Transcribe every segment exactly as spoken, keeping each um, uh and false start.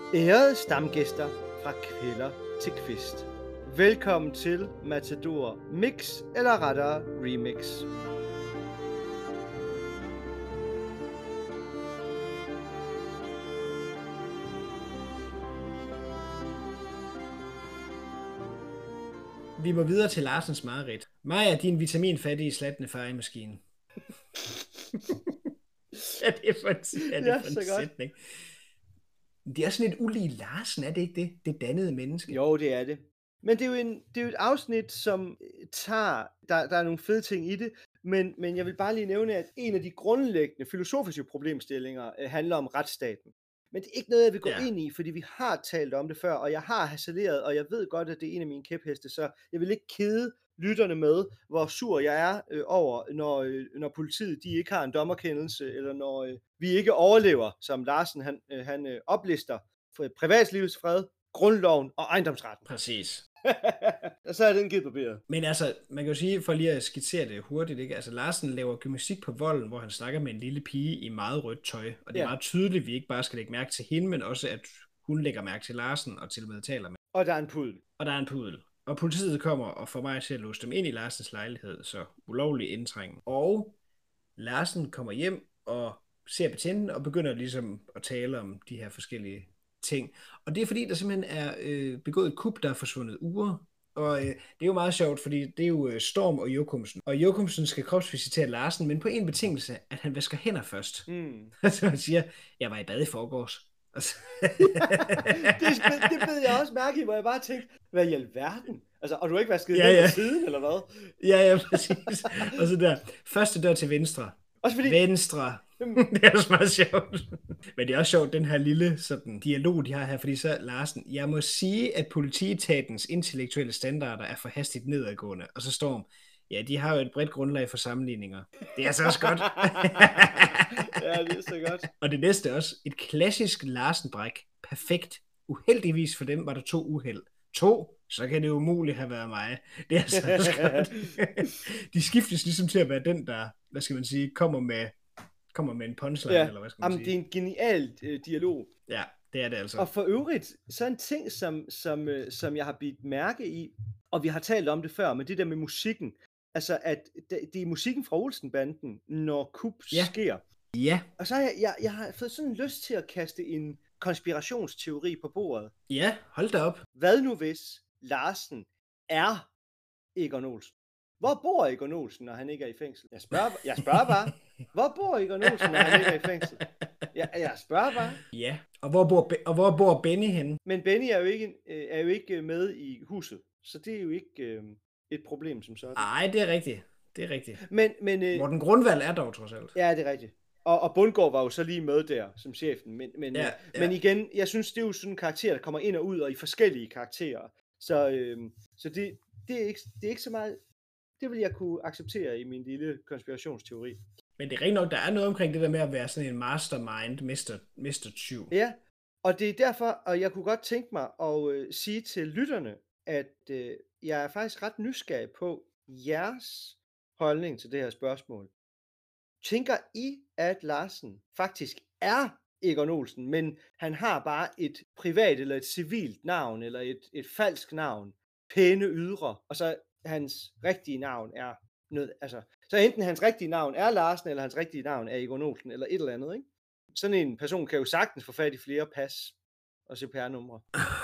Ærede stamgæster fra kvælder til kvist. Velkommen til Matador Mix, eller rettere Remix. Vi må videre til Larsens mareridt. Mig er din vitaminfattige slattende fejemaskine. Ja, det er for en, er det Ja, for en så godt. sætning. Det er sådan et ulige Larsen, er det ikke det? Det dannede menneske. Jo, det er det. Men det er jo, en, det er jo et afsnit, som tager, der, der er nogle fede ting i det, men, men jeg vil bare lige nævne, at en af de grundlæggende filosofiske problemstillinger øh, handler om retsstaten. Men det er ikke noget, jeg vil gå Ja. ind i, fordi vi har talt om det før, og jeg har harceleret, og jeg ved godt, at det er en af mine kæpheste, så jeg vil ikke kede lytterne med, hvor sur jeg er øh, over, når, øh, når politiet de ikke har en dommerkendelse, eller når øh, vi ikke overlever, som Larsen han, øh, han øh, oplister, for privatlivets fred, grundloven og ejendomsretten. Præcis. Og så er den givet på billedet. Men altså, man kan jo sige, for lige at skitsere det hurtigt, ikke? Altså Larsen laver gymnastik på volden, hvor han snakker med en lille pige i meget rødt tøj. Og det er Ja. meget tydeligt, at vi ikke bare skal lægge mærke til hende, men også at hun lægger mærke til Larsen og til og med taler med. Og der er en pudel. Og der er en pudel. Og politiet kommer og får mig til at låse dem ind i Larsens lejlighed, så ulovlig indtrængen. Og Larsen kommer hjem og ser betjenten og begynder ligesom at tale om de her forskellige ting. Og det er fordi, der simpelthen er øh, begået et kup, der er forsvundet uger. Og øh, det er jo meget sjovt, fordi det er jo øh, Storm og Jokumsen. Og Jokumsen skal kropsvisitere Larsen, men på en betingelse, at han vasker hænder først. Mm. Så han siger, jeg var i bad i forgårs. Og så... det, det blev jeg også mærke i, hvor jeg bare tænkte, hvad i alverden? Altså, og du har ikke vasket Ja, ja, ja. ja. siden, eller hvad? Ja, ja, præcis. Og så der, første dør til venstre. Også fordi... Venstre. Det er også meget sjovt. Men det er også sjovt, den her lille sådan, dialog, de har her, fordi så Larsen, jeg må sige, at politietatens intellektuelle standarder er for hastigt nedadgående. Og så Storm, ja, de har jo et bredt grundlag for sammenligninger. Det er altså også godt. Ja, det er så godt. Og det næste er også et klassisk Larsen-bræk. Perfekt. Uheldigvis for dem var der to uheld. To, så kan det umuligt have været mig. Det er altså også godt. De skiftes ligesom til at være den, der, hvad skal man sige, kommer med kommer med en punchline, ja. eller hvad skal man Jamen, sige? det er en genial øh, dialog. Ja, det er det altså. Og for øvrigt, så en ting, som, som, øh, som jeg har bidt mærke i, og vi har talt om det før, men det der med musikken, altså at det, det er musikken fra Olsenbanden, når kup Ja. sker. Ja. Og så har jeg, jeg, jeg har fået sådan lyst til at kaste en konspirationsteori på bordet. Ja, hold da op. Hvad nu hvis Larsen er Egon Olsen? Hvor bor Egon Olsen, når han ikke er i fængsel? Jeg spørger, jeg spørger bare. Hvor bor Egon Olsen, når han ikke er i fængsel? Jeg, jeg spørger bare. Ja, og hvor bor, Be- og hvor bor Benny henne? Men Benny er jo ikke, øh, er jo ikke med i huset, så det er jo ikke øh, et problem som sådan. Nej, det er rigtigt. Det er rigtigt. Men, men, øh, Morten Grundvald er dog trods alt. ja, det er rigtigt. Og, og Bundgaard var jo så lige med der som chefen. Men, men, Ja, ja, ja. men igen, jeg synes, det er jo sådan en karakter, der kommer ind og ud, og i forskellige karakterer. Så, øh, så det, det, er ikke, det er ikke så meget... Det vil jeg kunne acceptere i min lille konspirationsteori. Men det er rigtigt nok, der er noget omkring det der med at være sådan en mastermind, mister mister tyv. Ja, og det er derfor, og jeg kunne godt tænke mig at øh, sige til lytterne, at øh, jeg er faktisk ret nysgerrig på jeres holdning til det her spørgsmål. Tænker I, at Larsen faktisk er Egon Olsen, men han har bare et privat eller et civilt navn, eller et, et falsk navn, pæne ydre, og så hans rigtige navn er noget, altså, så enten hans rigtige navn er Larsen, eller hans rigtige navn er Egon Olsen, eller et eller andet, ikke? Sådan en person kan jo sagtens få fat i flere pas og C P R-numre.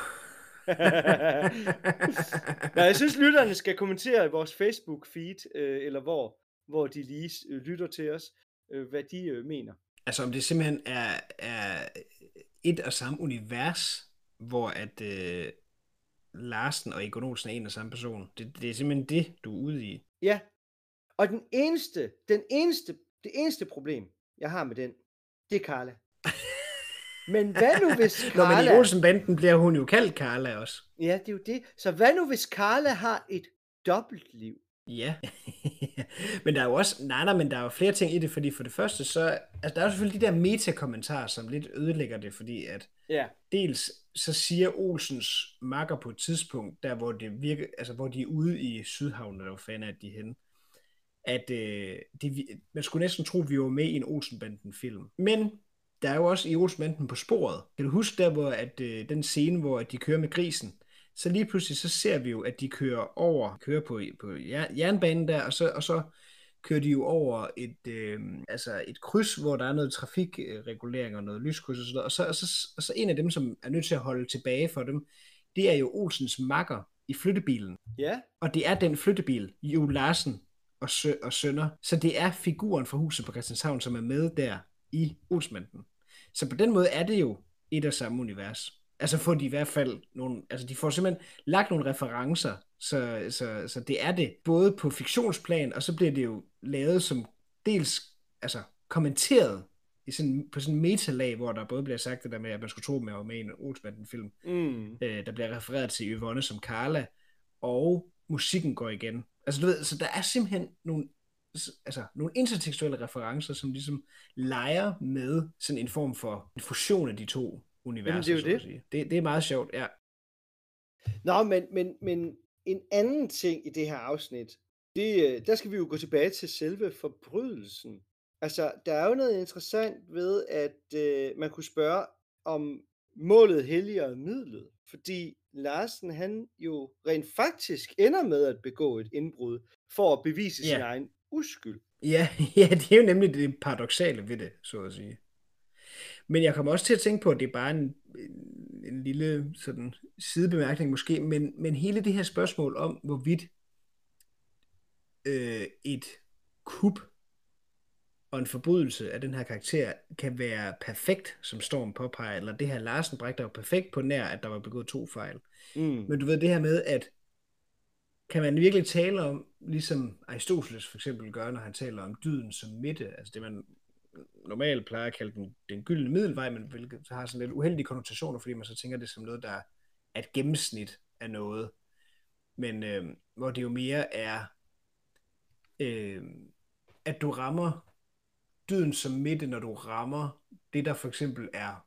Nå, jeg synes, lytterne skal kommentere i vores Facebook-feed, øh, eller hvor, hvor de lige øh, lytter til os, øh, hvad de øh, mener. Altså om det simpelthen er, er et og samme univers, hvor at øh, Larsen og Egon Olsen er en og samme person. Det, det er simpelthen det, du er ude i. Ja, og den eneste, den eneste, det eneste problem, jeg har med den, det er Carla. Men hvad nu hvis Nå, men Carla... i Olsenbanden bliver hun jo kaldt Carla også. Ja, det er jo det. Så hvad nu hvis Carla har et dobbeltliv? Ja, men der er jo også, nej, nej, men der er jo flere ting i det, fordi for det første, så, altså der er jo selvfølgelig de der metakommentarer, som lidt ødelægger det, fordi at Ja. dels så siger Olsens makker på et tidspunkt, der hvor det virker, altså hvor de er ude i Sydhavnen, eller hvor fanden er de henne, at øh, det, man skulle næsten tro, vi var med i en Olsenbanden-film. Men der er jo også i Olsenbanden på sporet. Kan du huske der, hvor at, øh, den scene, hvor at de kører med grisen? Så lige pludselig, så ser vi jo, at de kører over, kører på, på jer- jernbanen der, og så, og så kører de jo over et, øh, altså et kryds, hvor der er noget trafikregulering og noget lyskryds og sådan noget. Og så, og, så, og så en af dem, som er nødt til at holde tilbage for dem, det er jo Olsens makker i flyttebilen. Ja. Og det er den flyttebil, Juel Larsen og, sø- og sønner. Så det er figuren fra Huset på Christianshavn, som er med der i Olsenbanden. Så på den måde er det jo et og samme univers. Altså får de i hvert fald nogle, altså de får simpelthen lagt nogle referencer, så, så, så det er det, både på fiktionsplan, og så bliver det jo lavet som dels, altså kommenteret i sådan, på sådan en metalag, hvor der både bliver sagt det der med, at man skulle tro, at man var med i en Olsenbanden-film, Mm. øh, der bliver refereret til Yvonne som Carla, og musikken går igen. Altså du ved, så der er simpelthen nogle, altså, nogle intertekstuelle referencer, som ligesom leger med sådan en form for en fusion af de to universer. Jamen, det er jo så at sige. Det, det er meget sjovt, ja. Nå, men, men, men en anden ting i det her afsnit, det, øh, der skal vi jo gå tilbage til selve forbrydelsen. Altså, der er jo noget interessant ved, at øh, man kunne spørge, om målet helliger midlet. Fordi Larsen, han jo rent faktisk ender med at begå et indbrud, for at bevise Ja. sin egen uskyld. Ja, ja, det er jo nemlig det paradoksale ved det, så at sige. Men jeg kommer også til at tænke på, at det er bare en, en, en lille sådan sidebemærkning måske, men, men hele det her spørgsmål om, hvorvidt øh, et kup og en forbrydelse af den her karakter kan være perfekt, som Storm påpeger, eller det her Larsen brægte var perfekt på nær, at der var begået to fejl. Mm. Men du ved det her med, at kan man virkelig tale om, ligesom Aristoteles for eksempel gør, når han taler om dyden som midte, altså det man normalt plejer at kalde den, den gyldne middelvej, men hvilket så har sådan lidt uheldige konnotationer, fordi man så tænker det som noget, der er et gennemsnit af noget. Men øh, hvor det jo mere er, øh, at du rammer dyden som midte, når du rammer det, der for eksempel er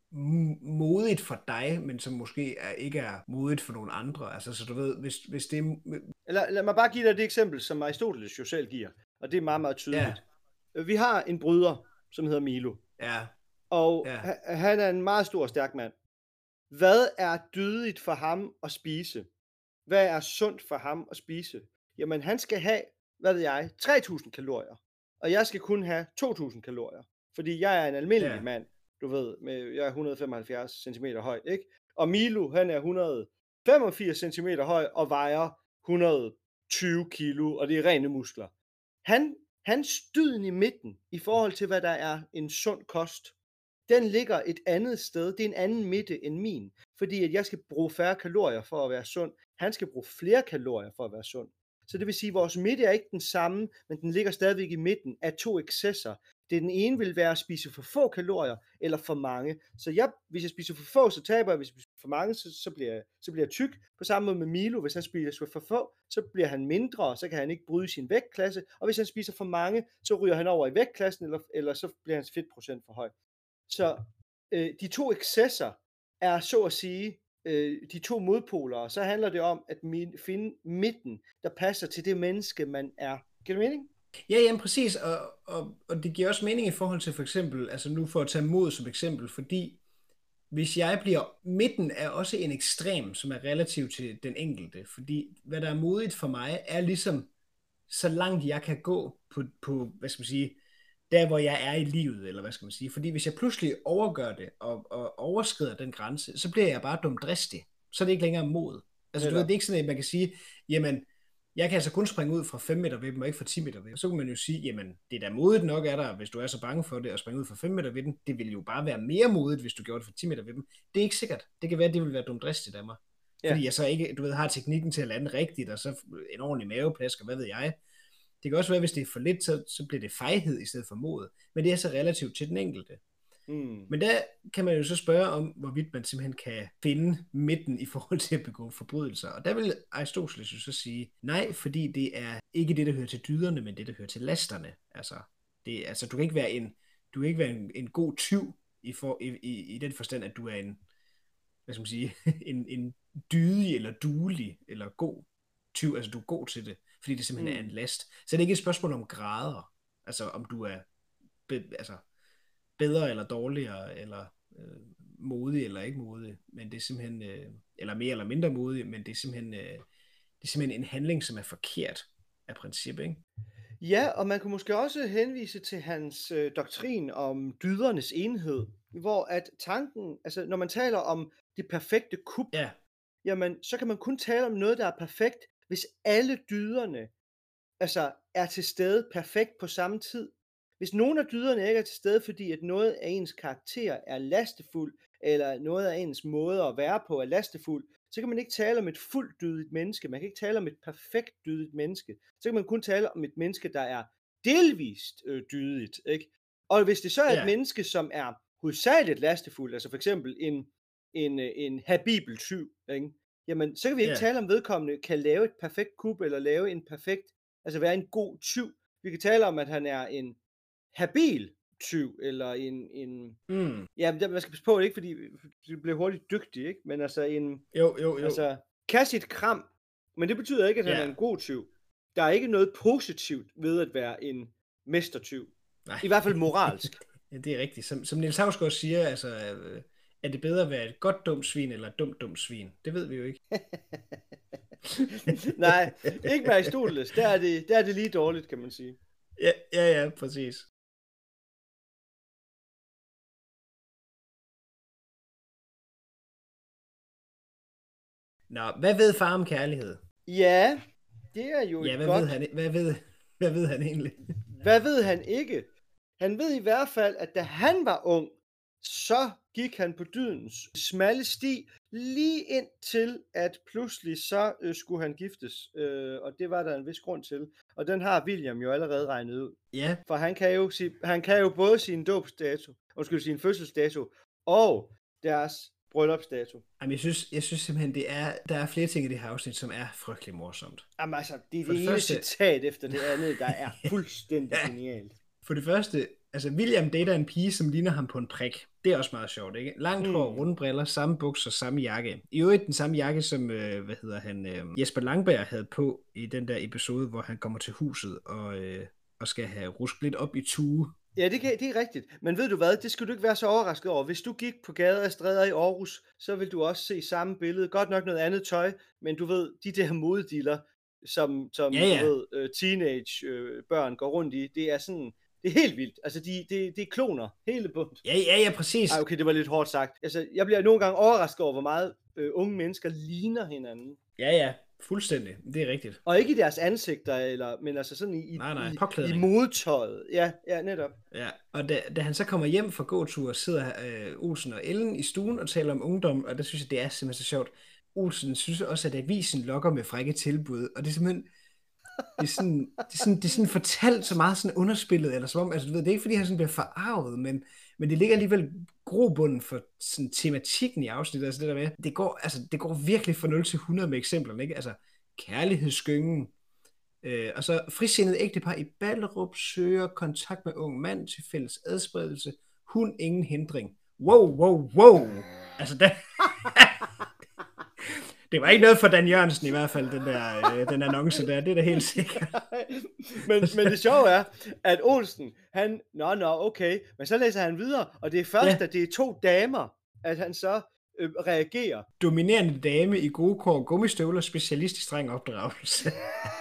modigt for dig, men som måske er, ikke er modigt for nogle andre. Altså, så du ved, hvis, hvis det er... Lad, lad mig bare give dig det eksempel, som Aristoteles jo selv giver, og det er meget, meget tydeligt. Ja. Vi har en bryder, som hedder Milo. Ja. Og ja. han er en meget stor og stærk mand. Hvad er dydigt for ham at spise? Hvad er sundt for ham at spise? Jamen, han skal have, hvad ved jeg, tre tusind kalorier. Og jeg skal kun have to tusind kalorier. Fordi jeg er en almindelig ja. mand, du ved, med, jeg er et hundrede og femoghalvfjerds centimeter høj, ikke? Og Milo, han er et hundrede og femogfirs centimeter høj og vejer et hundrede og tyve kilo, og det er rene muskler. Han, hans dyden i midten, i forhold til, hvad der er en sund kost, den ligger et andet sted. Det er en anden midte end min. Fordi at jeg skal bruge færre kalorier for at være sund. Han skal bruge flere kalorier for at være sund. Så det vil sige, at vores midte er ikke den samme, men den ligger stadigvæk i midten af to excesser. Det den ene vil være at spise for få kalorier, eller for mange. Så jeg, hvis jeg spiser for få, så taber jeg. Hvis jeg spiser for mange, så, så, bliver, jeg, så bliver jeg tyk. På samme måde med Milo. Hvis han spiser for få, så bliver han mindre, og så kan han ikke bryde sin vægtklasse. Og hvis han spiser for mange, så ryger han over i vægtklassen, eller, eller så bliver hans fedtprocent for høj. Så øh, de to excesser er så at sige øh, de to modpoler, og så handler det om at min, finde midten, der passer til det menneske, man er. Giver det mening? Ja, jamen præcis, og, og, og det giver også mening i forhold til for eksempel, altså nu for at tage mod som eksempel, fordi hvis jeg bliver, midten er også en ekstrem, som er relativ til den enkelte, fordi hvad der er modigt for mig, er ligesom så langt jeg kan gå på, på hvad skal man sige, der hvor jeg er i livet, eller hvad skal man sige. Fordi hvis jeg pludselig overgør det, og, og overskrider den grænse, så bliver jeg bare dumdristig. Så er det ikke længere mod. Altså du ved, det er ikke sådan, at man kan sige, jamen, jeg kan altså kun springe ud fra fem meter ved dem, og ikke fra ti meter ved dem. Så kan man jo sige, jamen, det er da modigt nok er der, hvis du er så bange for det, at springe ud fra fem meter ved dem. Det vil jo bare være mere modigt, hvis du gjorde det fra ti meter ved dem. Det er ikke sikkert. Det kan være, at det vil være dumdristigt af mig. Ja. Fordi jeg så ikke, du ved, har teknikken til at lande rigtigt, og så en ordentlig maveplask, og hvad ved jeg. Det kan også være, hvis det er for lidt, så, så bliver det fejhed i stedet for mod. Men det er så relativt til den enkelte. Mm. Men der kan man jo så spørge om, hvorvidt man simpelthen kan finde midten i forhold til at begå forbrydelser. Og der vil Aristoteles jo så sige, nej, fordi det er ikke det, der hører til dyderne, men det, der hører til lasterne. Altså, det, altså du kan ikke være en, du kan ikke være en, en god tyv i, for, i, i, i den forstand, at du er en, hvad skal man sige, en, en dydig eller duelig eller god tyv. Altså du er god til det, fordi det simpelthen mm. er en last. Så det er ikke et spørgsmål om grader. Altså om du er be, altså, bedre eller dårligere, eller øh, modig eller ikke modig, men det er simpelthen, øh, eller mere eller mindre modig, men det er simpelthen, øh, det er simpelthen en handling, som er forkert af princip, ikke? Ja, og man kunne måske også henvise til hans øh, doktrin om dydernes enhed, hvor at tanken, altså når man taler om det perfekte kup, Ja, jamen så kan man kun tale om noget, der er perfekt, hvis alle dyderne altså er til stede perfekt på samme tid. Hvis nogen af dyderne ikke er til stede, fordi at noget af ens karakter er lastefuld, eller noget af ens måde at være på er lastefuld, så kan man ikke tale om et fuldt dydigt menneske. Man kan ikke tale om et perfekt dydigt menneske. Så kan man kun tale om et menneske, der er delvist øh, dydigt. Ikke? Og hvis det så er et ja, menneske, som er hovedsageligt lastefuld, altså for eksempel en, en, øh, en habibel tyv, ikke? Jamen så kan vi ikke ja, tale om vedkommende kan lave et perfekt kup, eller lave en perfekt, altså være en god tyv. Vi kan tale om, at han er en habil tyv, eller en, en mm. ja, men man skal passe på det, ikke, fordi det bliver hurtigt dygtig, ikke? Men altså en, Jo, jo, jo, altså, kan sit kram, men det betyder ikke, at han ja, er en god tyv. Der er ikke noget positivt ved at være en mestertyv. nej, I hvert fald moralsk. ja, det er rigtigt. Som, som Niels Hausgaard siger, altså, øh, er det bedre at være et godt dumt svin, eller et dumt dumt svin? Det ved vi jo ikke. Nej, ikke med Aristoteles. Der er, det, der er det lige dårligt, kan man sige. Ja, ja, ja, præcis. Nå, hvad ved far om kærlighed? Ja, det er jo Ja, et hvad godt... ved han, hvad ved, hvad ved han egentlig? Hvad ved han ikke? Han ved i hvert fald, at da han var ung, så gik han på dydens smalle sti, lige indtil at pludselig så øh, skulle han giftes. Øh, og det var der en vis grund til. Og den har William jo allerede regnet ud. Ja, For han kan jo, si- han kan jo både sin dåbsdato, undskyld, sin fødselsdato, og deres bryllupsdato. jamen, jeg synes, jeg synes simpelthen, det er, der er flere ting i det her afsnit, som er frygtelig morsomt. Jamen altså, det er For det det ene første- citat efter det andet, der er fuldstændig Ja. genialt. For det første, altså William dater en pige, som ligner ham på en prik. Det er også meget sjovt, ikke? Langt hår, Mm. runde briller, samme bukser, samme jakke. I øvrigt den samme jakke, som, øh, hvad hedder han, øh, Jesper Langberg havde på i den der episode, hvor han kommer til huset og, øh, og skal have rusket lidt op i tue. Ja, det, kan, det er rigtigt. Men ved du hvad, det skulle du ikke være så overrasket over. Hvis du gik på gader og stræder i Aarhus, så vil du også se samme billede. Godt nok noget andet tøj, men du ved, de der modediller, som, som Ja, ja. du ved, øh, teenage øh, børn går rundt i, det er sådan, det er helt vildt. Altså, de, det, det er kloner, hele bundt. Ja, ja, ja, præcis. Ej, okay, det var lidt hårdt sagt. Altså, jeg bliver nogle gange overrasket over, hvor meget øh, unge mennesker ligner hinanden. Ja, ja, fuldstændig. Det er rigtigt. Og ikke i deres ansigter, eller, men altså sådan i, Nej, nej, i, i påklædning. modtøjet. Ja, ja, netop. Ja, og da, da han så kommer hjem fra gåtur, sidder øh, Olsen og Ellen i stuen og taler om ungdom, og der synes jeg, det er simpelthen så sjovt. Olsen synes også, at avisen lokker med frække tilbud, og det er simpelthen, det er sådan, det er sådan, det er sådan fortalt så meget sådan underspillet, eller som om, altså du ved, det er ikke fordi, han sådan bliver forarvet, men, men det ligger alligevel grobunden for sådan tematikken i afsnittet, altså det der med, det går, altså, det går virkelig fra nul til hundrede med eksemplerne, ikke? Altså, kærlighedsskyngen, øh, og så frisindet ægtepar i Ballerup søger kontakt med ung mand til fælles adspredelse, hun ingen hindring. Wow, wow, wow! Altså, det, det var ikke noget for Dan Jørgensen i hvert fald, den der øh, den annonce der, det er da helt sikkert. men, men det sjove er, at Olsen, han, nå, nå, okay, men så læser han videre, og det er først, Ja. at det er to damer, at han så øh, reagerer. Dominerende dame i gode kår, gummistøvler, specialist i streng opdragelse.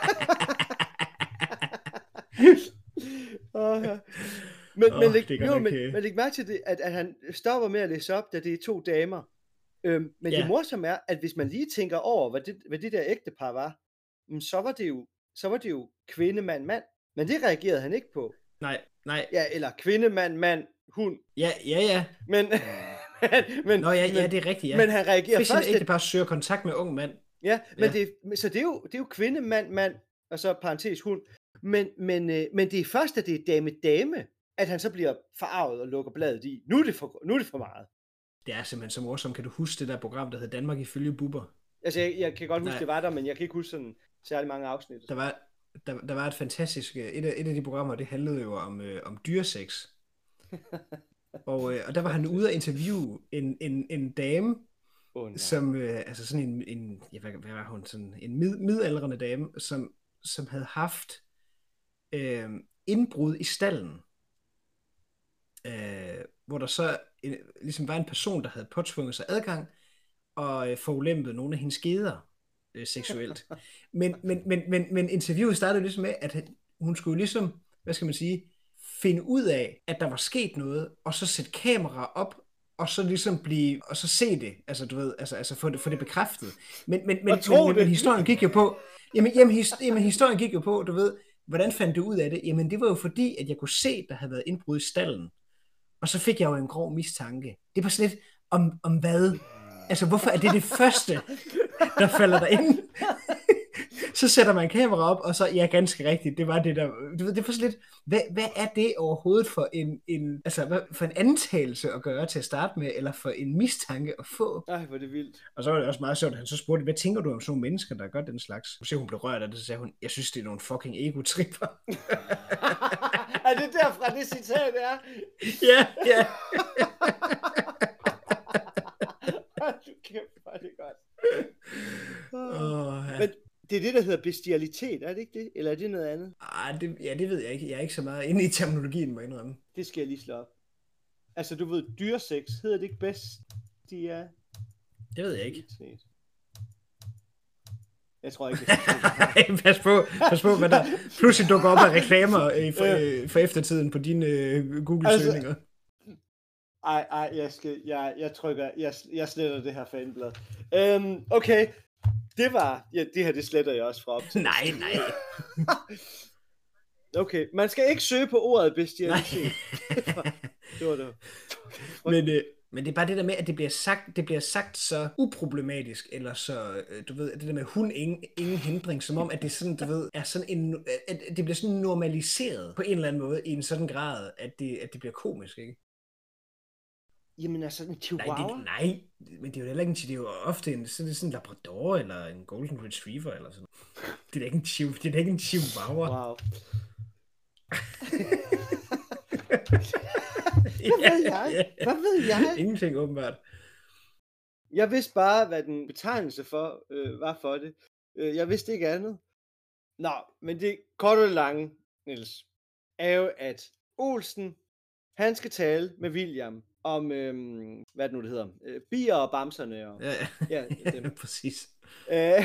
Uh, men, Åh, men, læg, det er jo, godt men, nok, øh. men læg mærke til det, at, at han stopper med at læse op, da det er to damer. Øhm, men Ja. det morsomme er, at hvis man lige tænker over, hvad det, hvad det der ægtepar var, mm, så var det jo, så var det jo kvinde, mand, mand. Men det reagerede han ikke på. Nej, nej, Ja, eller kvinde, mand, mand, hund. ja, ja, ja. Men, men, Nå ja, ja, men, det er rigtigt, ja. men han reagerer Frisindet først. ægtepar søger kontakt med ung mand. Ja, men Ja. det, men så det er jo, det er jo kvinde, mand, mand, og så parentes hund. Men, men, øh, men det er først, at det er dame, dame, at han så bliver forarvet og lukker bladet i. Nu er det for, nu er det for meget. Det er simpelthen så morsomt. Kan du huske det der program, der hed Danmark ifølge Bubber? Altså, jeg, jeg kan godt huske, Nej. det var der, men jeg kan ikke huske sådan særlig mange afsnit. Der var, der, der var et fantastisk, øh, et af, et af de programmer, det handlede jo om, øh, om dyresex. og, øh, og der var han ude at interviewe en, en, en dame, Oh, nej. som, øh, altså sådan en, en ja, hvad, hvad var hun, sådan en mid, midaldrende dame, som, som havde haft øh, indbrud i stallen. øh, hvor der så en, ligesom var en person, der havde påtvunget sig adgang, og øh, forulæmpet nogle af hendes geder øh, seksuelt. Men, men, men, men, men interviewet startede ligesom med, at hun skulle ligesom, hvad skal man sige, finde ud af, at der var sket noget, og så sætte kamera op, og så ligesom blive, og så se det, altså du ved, altså, altså få det, få det bekræftet. Men, men, men, men, men, men historien gik jo på, jamen, jamen, his, jamen historien gik jo på, du ved, hvordan fandt du ud af det? Jamen det var jo fordi, at jeg kunne se, der havde været indbrud i stallen. Og så fik jeg jo en grov mistanke. Det var sådan lidt, om, om hvad? Altså, hvorfor er det det første, der falder der ind? Så sætter man kamera op, og så, ja, ganske rigtigt, det var det der, du ved, det var sådan lidt, hvad, hvad er det overhovedet for en, en, altså, hvad, for en antagelse at gøre til at starte med, eller for en mistanke at få? Ej, hvor er det vildt. Og så var det også meget sjovt, at han så spurgte, hvad tænker du om sådan nogle mennesker, der gør den slags? Så siger hun blev rørt af det, så sagde hun, jeg synes, det er nogle fucking ego-tripper. Er det derfra, det citat er? Ja, ja. Du kæft, hvor er det godt. Oh, ja. Men det er det, der hedder bestialitet, er det ikke det? Eller er det noget andet? Ah, det, ja, det ved jeg ikke. Jeg er ikke så meget inde i terminologien, må jeg indrømme. Det skal jeg lige slå op. Altså, du ved, dyresex, hedder det ikke bestia? Det ved jeg ikke. Jeg tror ikke, det er pas på, pas på, hvad der pludselig dukker op af reklamer øh, for, øh, for eftertiden på dine øh, Google-søgninger. Altså, ej, ej, jeg, skal, jeg, jeg trykker, jeg, jeg sletter det her fanblad. Øhm, okay, det var, ja, det her, det sletter jeg også fra op til. Nej, nej. Okay, man skal ikke søge på ordet bestialitet. Det var det. Men, øh, men det er bare det der med, at det bliver sagt, det bliver sagt så uproblematisk, eller så, øh, du ved, det der med hun ingen, ingen hindring, som om, at det sådan, du ved, er sådan en, at det bliver sådan normaliseret på en eller anden måde, i en sådan grad, at det, at det bliver komisk, ikke? Jamen altså en chihuahua? Nej, det, nej, men det er jo heller ikke en, det er jo ofte en, sådan, sådan en labrador, eller en golden retriever, eller sådan. Det er da ikke en, chihu, det er da ikke en chihuahua. Wow. Hvad ved jeg? Hvad ved jeg? Ingenting åbenbart. Jeg vidste bare, hvad den betegnelse for øh, var for det. Øh, jeg vidste ikke andet. Nå, men det korte og lange, Niels, er jo, at Olsen, han skal tale med William om, øhm, hvad det nu det hedder, øh, bier og bamserne. Og, ja, ja. ja dem. Præcis. Øh,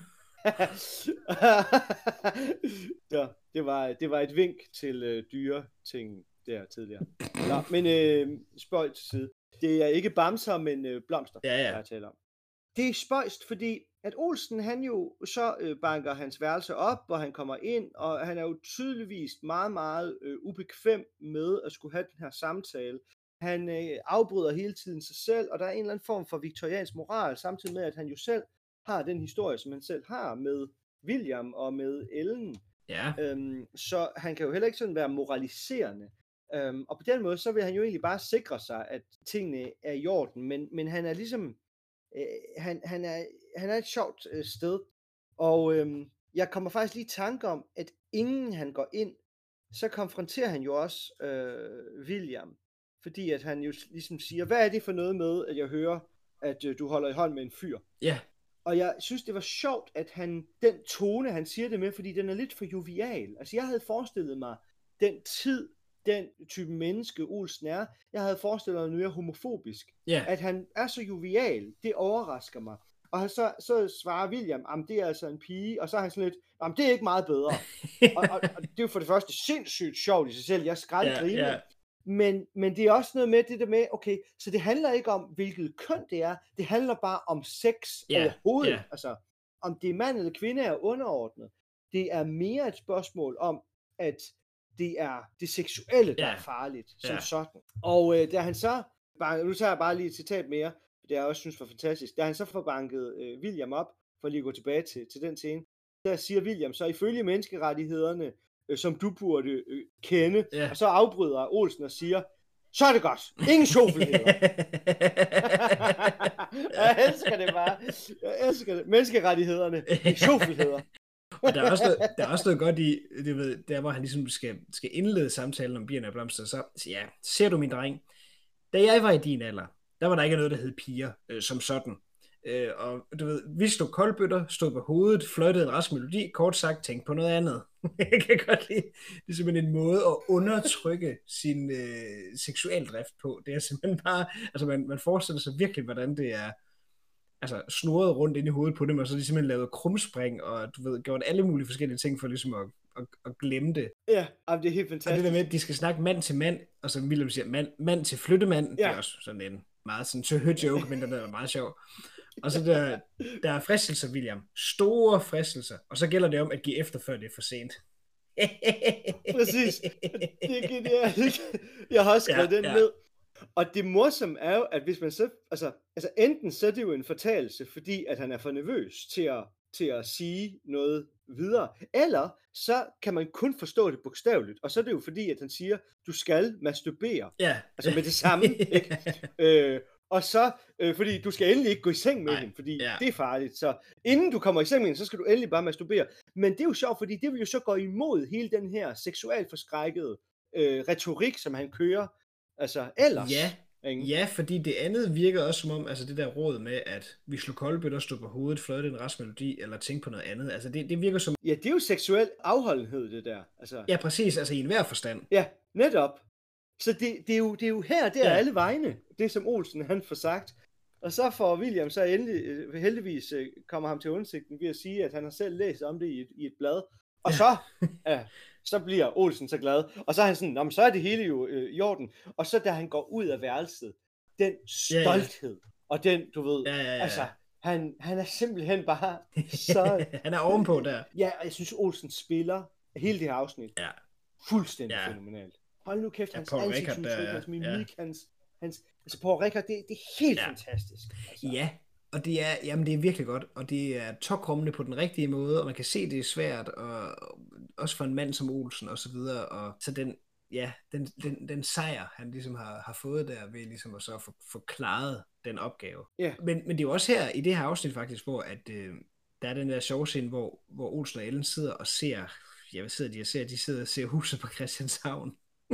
ja, det var, det var et vink til øh, dyre ting der tidligere. Nå, men øh, spøj til side. Det er ikke bamser, men øh, blomster, ja, ja. jeg taler om. Det er spøjst, fordi at Olsen, han jo så øh, banker hans værelse op, hvor han kommer ind, og han er jo tydeligvis meget, meget øh, ubekvem med at skulle have den her samtale. Han øh, afbryder hele tiden sig selv, og der er en eller anden form for viktoriansk moral, samtidig med, at han jo selv har den historie, som han selv har med William og med Ellen. Ja. Øhm, så han kan jo heller ikke sådan være moraliserende. Øhm, og på den måde, så vil han jo egentlig bare sikre sig, at tingene er i orden, men, men han er ligesom, øh, han, han, er, han er et sjovt øh, sted, og øh, jeg kommer faktisk lige i tanke om, at inden han går ind, så konfronterer han jo også øh, William, fordi at han jo ligesom siger, hvad er det for noget med, at jeg hører, at øh, du holder i hånd med en fyr? Ja. Og jeg synes, det var sjovt, at han, den tone, han siger det med, fordi den er lidt for jovial. Altså, jeg havde forestillet mig, den tid, den type menneske, Olsen er, jeg havde forestillet mig mere homofobisk. Yeah. At han er så jovial, det overrasker mig. Og så, så svarer William, at det er altså en pige, og så er han sådan lidt, jamen det er ikke meget bedre. og, og, og det er jo for det første sindssygt sjovt i sig selv, jeg skraldgriner. Yeah, yeah. Men, men det er også noget med det der med, okay, så det handler ikke om, hvilket køn det er, det handler bare om sex yeah, overhovedet. Yeah. Altså, om det er mand eller kvinde er underordnet. Det er mere et spørgsmål om, at det er det seksuelle, der yeah. er farligt, som yeah. sådan. Og øh, da han så, bare, nu tager jeg bare lige et citat mere, det jeg også synes var fantastisk, da han så får banket øh, William op, for lige at gå tilbage til, til den scene, der siger William så, ifølge menneskerettighederne, som du burde øh, kende, yeah. og så afbryder Olsen og siger, så er det godt, ingen sjovfelheder. Jeg elsker det bare, jeg elsker det, menneskerettighederne, sjovfelheder. Og der er, også noget, der er også noget godt i, det ved, der hvor han ligesom skal, skal indlede samtalen om bierne og blomster, så ja, ser du min dreng, da jeg var i din alder, der var der ikke noget, der hed piger øh, som sådan. Øh, og du ved, vi slog koldbøtter, stod på hovedet, fløjtede en rask melodi, kort sagt, tænk på noget andet. Jeg kan godt lide, det er simpelthen en måde at undertrykke sin øh, seksualdrift på. Det er simpelthen bare, altså man, man forestiller sig virkelig, hvordan det er, altså snurret rundt ind i hovedet på dem, og så de simpelthen lavet krumspring, og du ved, gjort alle mulige forskellige ting for ligesom at, at, at glemme det. Ja, det er helt fantastisk. Og det der med, at de skal snakke mand til mand, og så William siger, mand, mand til flyttemand, ja. Det er også sådan en meget sådan tøhø joke, men den er meget sjov. Og så der, der er fristelser, William. Store fristelser. Og så gælder det om at give efter, før det er for sent. Præcis. Det er genialt. Jeg har også skrevet ja, den ja. ned. Og det morsomme er jo, at hvis man så... Altså, altså enten så er det jo en fortalelse, fordi at han er for nervøs til at, til at sige noget videre. Eller så kan man kun forstå det bogstaveligt. Og så er det jo fordi, at han siger, du skal masturbere. Ja. Altså med det samme. Ikke? øh, Og så, øh, fordi du skal endelig ikke gå i seng med Nej, hende, fordi ja. det er farligt. Så inden du kommer i seng med hende, så skal du endelig bare masturbere. Men det er jo sjovt, fordi det vil jo så gå imod hele den her seksuelt forskrækkede øh, retorik, som han kører. Altså ellers. Ja, ikke? ja, fordi det andet virker også som om, altså det der råd med, at vi slår koldbøtter, stå på hovedet, fløjte en rask melodi, eller tænke på noget andet. Altså det, det virker som... Ja, det er jo seksuel afholdenhed, det der. Altså... Ja, præcis. Altså i enhver forstand. Ja, netop. Så det, det, er, jo, det er jo her, der ja. er alle vegne, det som Olsen han får sagt. Og så får William så endelig, heldigvis kommer ham til undsigten ved at sige, at han har selv læst om det i et, i et blad. Og ja. så, ja, så bliver Olsen så glad. Og så er han sådan, nå, men så er det hele jo øh, i orden. Og så da han går ud af værelset, den stolthed, ja, ja. og den, du ved, ja, ja, ja. altså, han, han er simpelthen bare så... han er ovenpå der. Ja, og jeg synes, Olsen spiller hele det her afsnit ja. fuldstændig ja. fænomenalt. Hold nu kæft, ja, hans ansigtsudtryk, ja. hans mimik, ja. hans, hans... Altså, Paul Rickard, det, det er helt ja. fantastisk. Altså. Ja, og det er, jamen, det er virkelig godt, og det er tokrummende på den rigtige måde, og man kan se, det er svært, og også for en mand som Olsen, og så videre, og så den, ja, den, den, den sejr, han ligesom har, har fået der, ved ligesom at så få, få klaret den opgave. Ja. Men, men det er jo også her, i det her afsnit faktisk, hvor at, øh, der er den der sjove scene, hvor, hvor Olsen og Ellen sidder og ser, ja, hvad sidder de og ser? De sidder og ser huset på Christianshavn.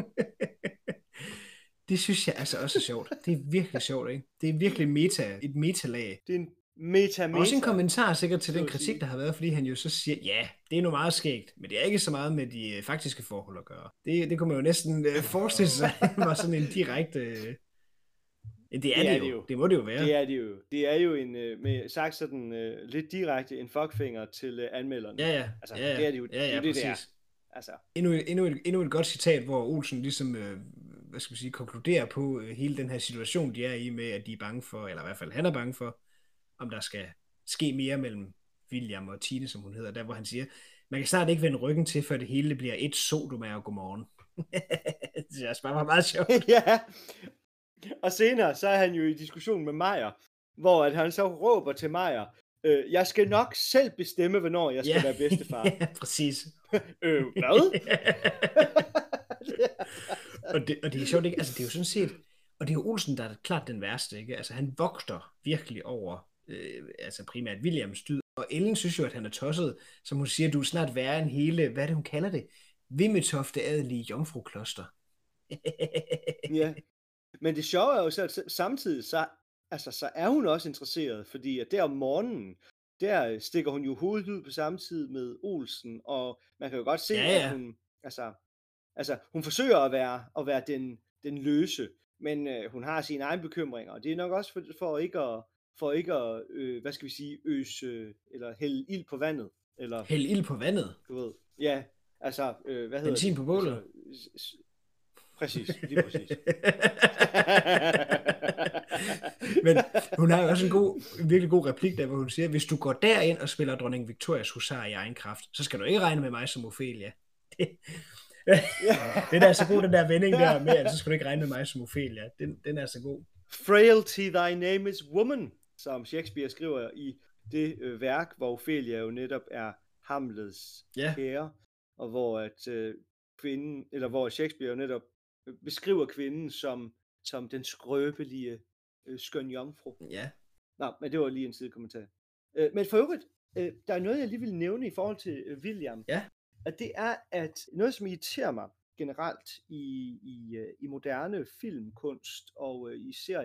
Det synes jeg altså også er sjovt. Det er virkelig sjovt, ikke? Det er virkelig meta, et metalag. Det er en meta-meta. Også en kommentar sikkert til den kritik, der har været, fordi han jo så siger, ja, det er nu meget skægt, men det er ikke så meget med de faktiske forhold at gøre. Det, det kunne man jo næsten uh, forestille sig, var sådan en direkte... Uh... Det, er det, er det, jo. det jo. Det må det jo være. Det er det jo. Det er jo en, uh, med sagt sådan uh, lidt direkte, en fuckfinger til uh, anmelderne. Ja, ja. Altså, ja, ja. det er det jo. Ja, ja, det er det, præcis. det er. Altså. Endnu, endnu, et, endnu et godt citat, hvor Olsen ligesom, øh, hvad skal vi sige, konkluderer på øh, hele den her situation, de er i med, at de er bange for, eller i hvert fald han er bange for, om der skal ske mere mellem William og Tine, som hun hedder, der hvor han siger, man kan snart ikke vende ryggen til, før det hele bliver et sodom og godmorgen. Det er bare meget sjovt. Ja, og senere, så er han jo i diskussion med Meyer, hvor at han så råber til Meyer, øh, jeg skal nok selv bestemme, hvornår jeg skal ja. være bedstefar. Ja, præcis. øh, hvad? og, det, og det er sjovt, ikke? Altså, det er jo sådan set, og det er jo Olsen, der er klart den værste, ikke? Altså, han vogter virkelig over, øh, altså primært Williams dyd, og Ellen synes jo, at han er tosset, som hun siger, du er snart værre end hele, hvad er det, hun kalder det? Vimmetofte adelige jomfrukloster. Ja, men det sjove er jo så, at samtidig, så, altså, så er hun også interesseret, fordi at der om morgenen, der stikker hun jo hovedet ud på samme tid med Olsen, og man kan jo godt se, ja, ja. at hun, altså, altså, hun forsøger at være, at være den, den løse, men øh, hun har sine egne bekymringer, og det er nok også for, for ikke at, for ikke at øh, hvad skal vi sige, øse, øh, eller hælde ild på vandet. Eller, hælde ild på vandet? Du ved, ja, altså, øh, hvad hedder Benzin det? på bålet? Altså, præcis, lige præcis. Men hun har jo også en, god, en virkelig god replik der, hvor hun siger, hvis du går derind og spiller dronning Victorias husar i egen kraft, så skal du ikke regne med mig som Ophelia. Det, den er så god, den der vending der med, at så skal du ikke regne med mig som Ophelia. Den, den er så god. Frailty thy name is woman, som Shakespeare skriver i det øh, værk, hvor Ophelia jo netop er Hamlets ja. kære, og hvor at øh, kvinden, eller hvor Shakespeare jo netop beskriver kvinden som, som den skrøbelige øh, skøn jomfru. Ja. Nå, men det var lige en sidekommentar. Øh, men for øvrigt, øh, der er noget, jeg lige vil nævne i forhold til øh, William. Ja. Og det er, at noget, som irriterer mig generelt i, i, i moderne filmkunst og øh, i serier,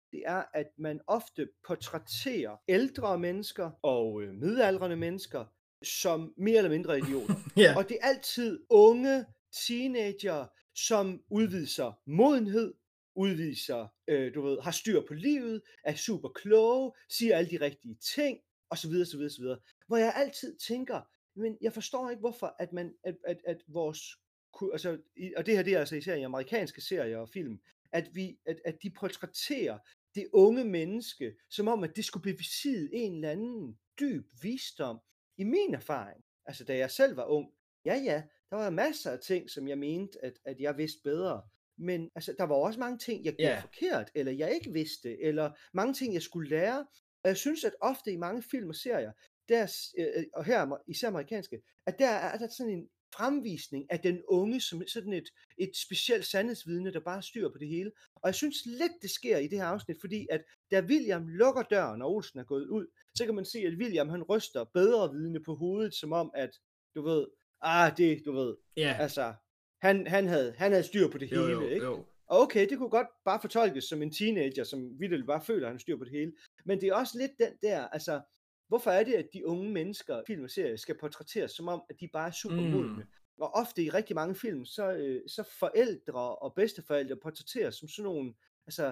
det er, at man ofte portrætterer ældre mennesker og øh, midaldrende mennesker som mere eller mindre idioter. Ja. Og det er altid unge teenager, som udviser modenhed, udviser, øh, du ved, har styr på livet, er super kloge, siger alle de rigtige ting, osv. osv. osv. Hvor jeg altid tænker, men jeg forstår ikke, hvorfor at man, at, at, at vores, ku- altså, i- og det her det er altså især i amerikanske serier og film, at, vi, at, at de portrætterer det unge menneske, som om, at det skulle besidde en eller anden dyb visdom. I min erfaring, altså da jeg selv var ung, ja ja, der var masser af ting, som jeg mente, at, at jeg vidste bedre. Men altså, der var også mange ting, jeg gjorde Ja. forkert, eller jeg ikke vidste, eller mange ting, jeg skulle lære. Og jeg synes, at ofte i mange film og serier, der, s- øh, og her amer- især amerikanske, at der er der sådan en fremvisning af den unge som sådan et, et specielt sandhedsvidne, der bare styrer på det hele. Og jeg synes lidt, det sker i det her afsnit, fordi at da William lukker døren, og Olsen er gået ud, så kan man se, at William han ryster bedre vidne på hovedet, som om at, du ved, ah, det, du ved, Ja. altså, han, han, havde, han havde styr på det Jo, hele, jo, ikke? jo. Og okay, det kunne godt bare fortolkes som en teenager, som vitterligt bare føler, at han har styr på det hele. Men det er også lidt den der, altså, hvorfor er det, at de unge mennesker, film og serier, skal portrætteres som om, at de bare er super Mm. modne? Og ofte i rigtig mange film, så, øh, så forældre og bedsteforældre portrætteres som sådan nogle, altså,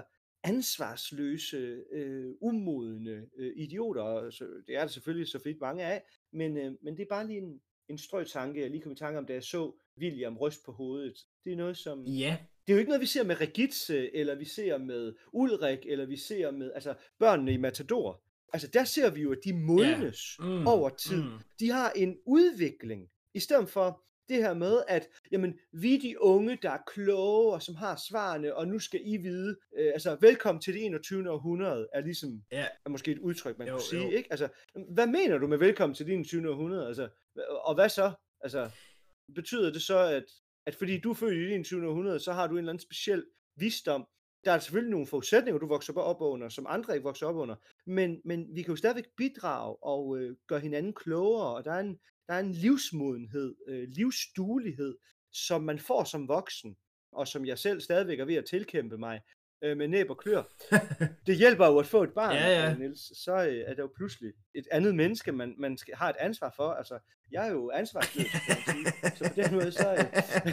ansvarsløse, øh, umodne øh, idioter. Og så, det er der selvfølgelig så fedt mange af, men, øh, men det er bare lige en, en strøtanke, jeg lige kom i tanke om, da jeg så William ryste på hovedet. Det er noget, som... Ja. Det er jo ikke noget, vi ser med Regitze, eller vi ser med Ulrik, eller vi ser med altså, børnene i Matador. Altså, der ser vi jo, at de modnes Ja. Mm. over tid. Mm. De har en udvikling, i stedet for det her med, at jamen, vi er de unge, der er kloge, og som har svarene, og nu skal I vide, øh, altså, velkommen til det enogtyvende århundrede, er ligesom, Ja. er måske et udtryk, man Jo, kunne sige, jo. ikke? Altså, hvad mener du med velkommen til det enogtyvende århundrede? Altså, og hvad så? Altså, betyder det så, at, at fordi du er født i det enogtyvende århundrede, så har du en eller anden speciel visdom? Der er selvfølgelig nogle forudsætninger, du vokser op under, som andre ikke vokser op under, men, men vi kan jo stadigvæk bidrage og øh, gøre hinanden klogere, og der er en, der er en livsmodenhed, øh, livsduelighed, som man får som voksen, og som jeg selv stadigvæk er ved at tilkæmpe mig øh, med næb og klør. Det hjælper jo at få et barn, Ja, ja. øh, Niels. Så øh, er der jo pludselig et andet menneske, man, man skal, har et ansvar for. Altså, jeg er jo ansvarsløs, kan man sige. Så på den måde, så... Øh...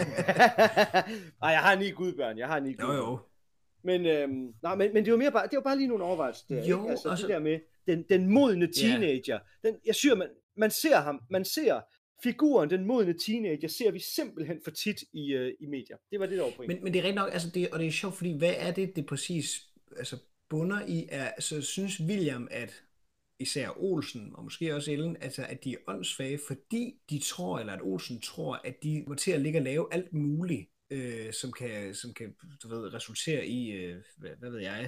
Ej, jeg har ni gudbørn, jeg har ni Jo, gudbørn. jo. Men, øhm, nej, men, men det var mere bare, det var bare lige nogle overvejelser der, Jo, ikke? Altså, og så- det der med den, den modne teenager. Den, jeg synes, man, man ser ham, man ser figuren, den modne teenager, ser vi simpelthen for tit i, øh, i medier. Det var det, der var pointen. Men, men det er rigtig nok, altså det, og det er sjovt, fordi hvad er det, det præcis altså bunder i? Er, så synes William, at især Olsen, og måske også Ellen, altså at de er åndssvage, fordi de tror, eller at Olsen tror, at de må til at ligge og lave alt muligt, øh, som kan, som kan du ved, resultere i, øh, hvad, hvad ved jeg,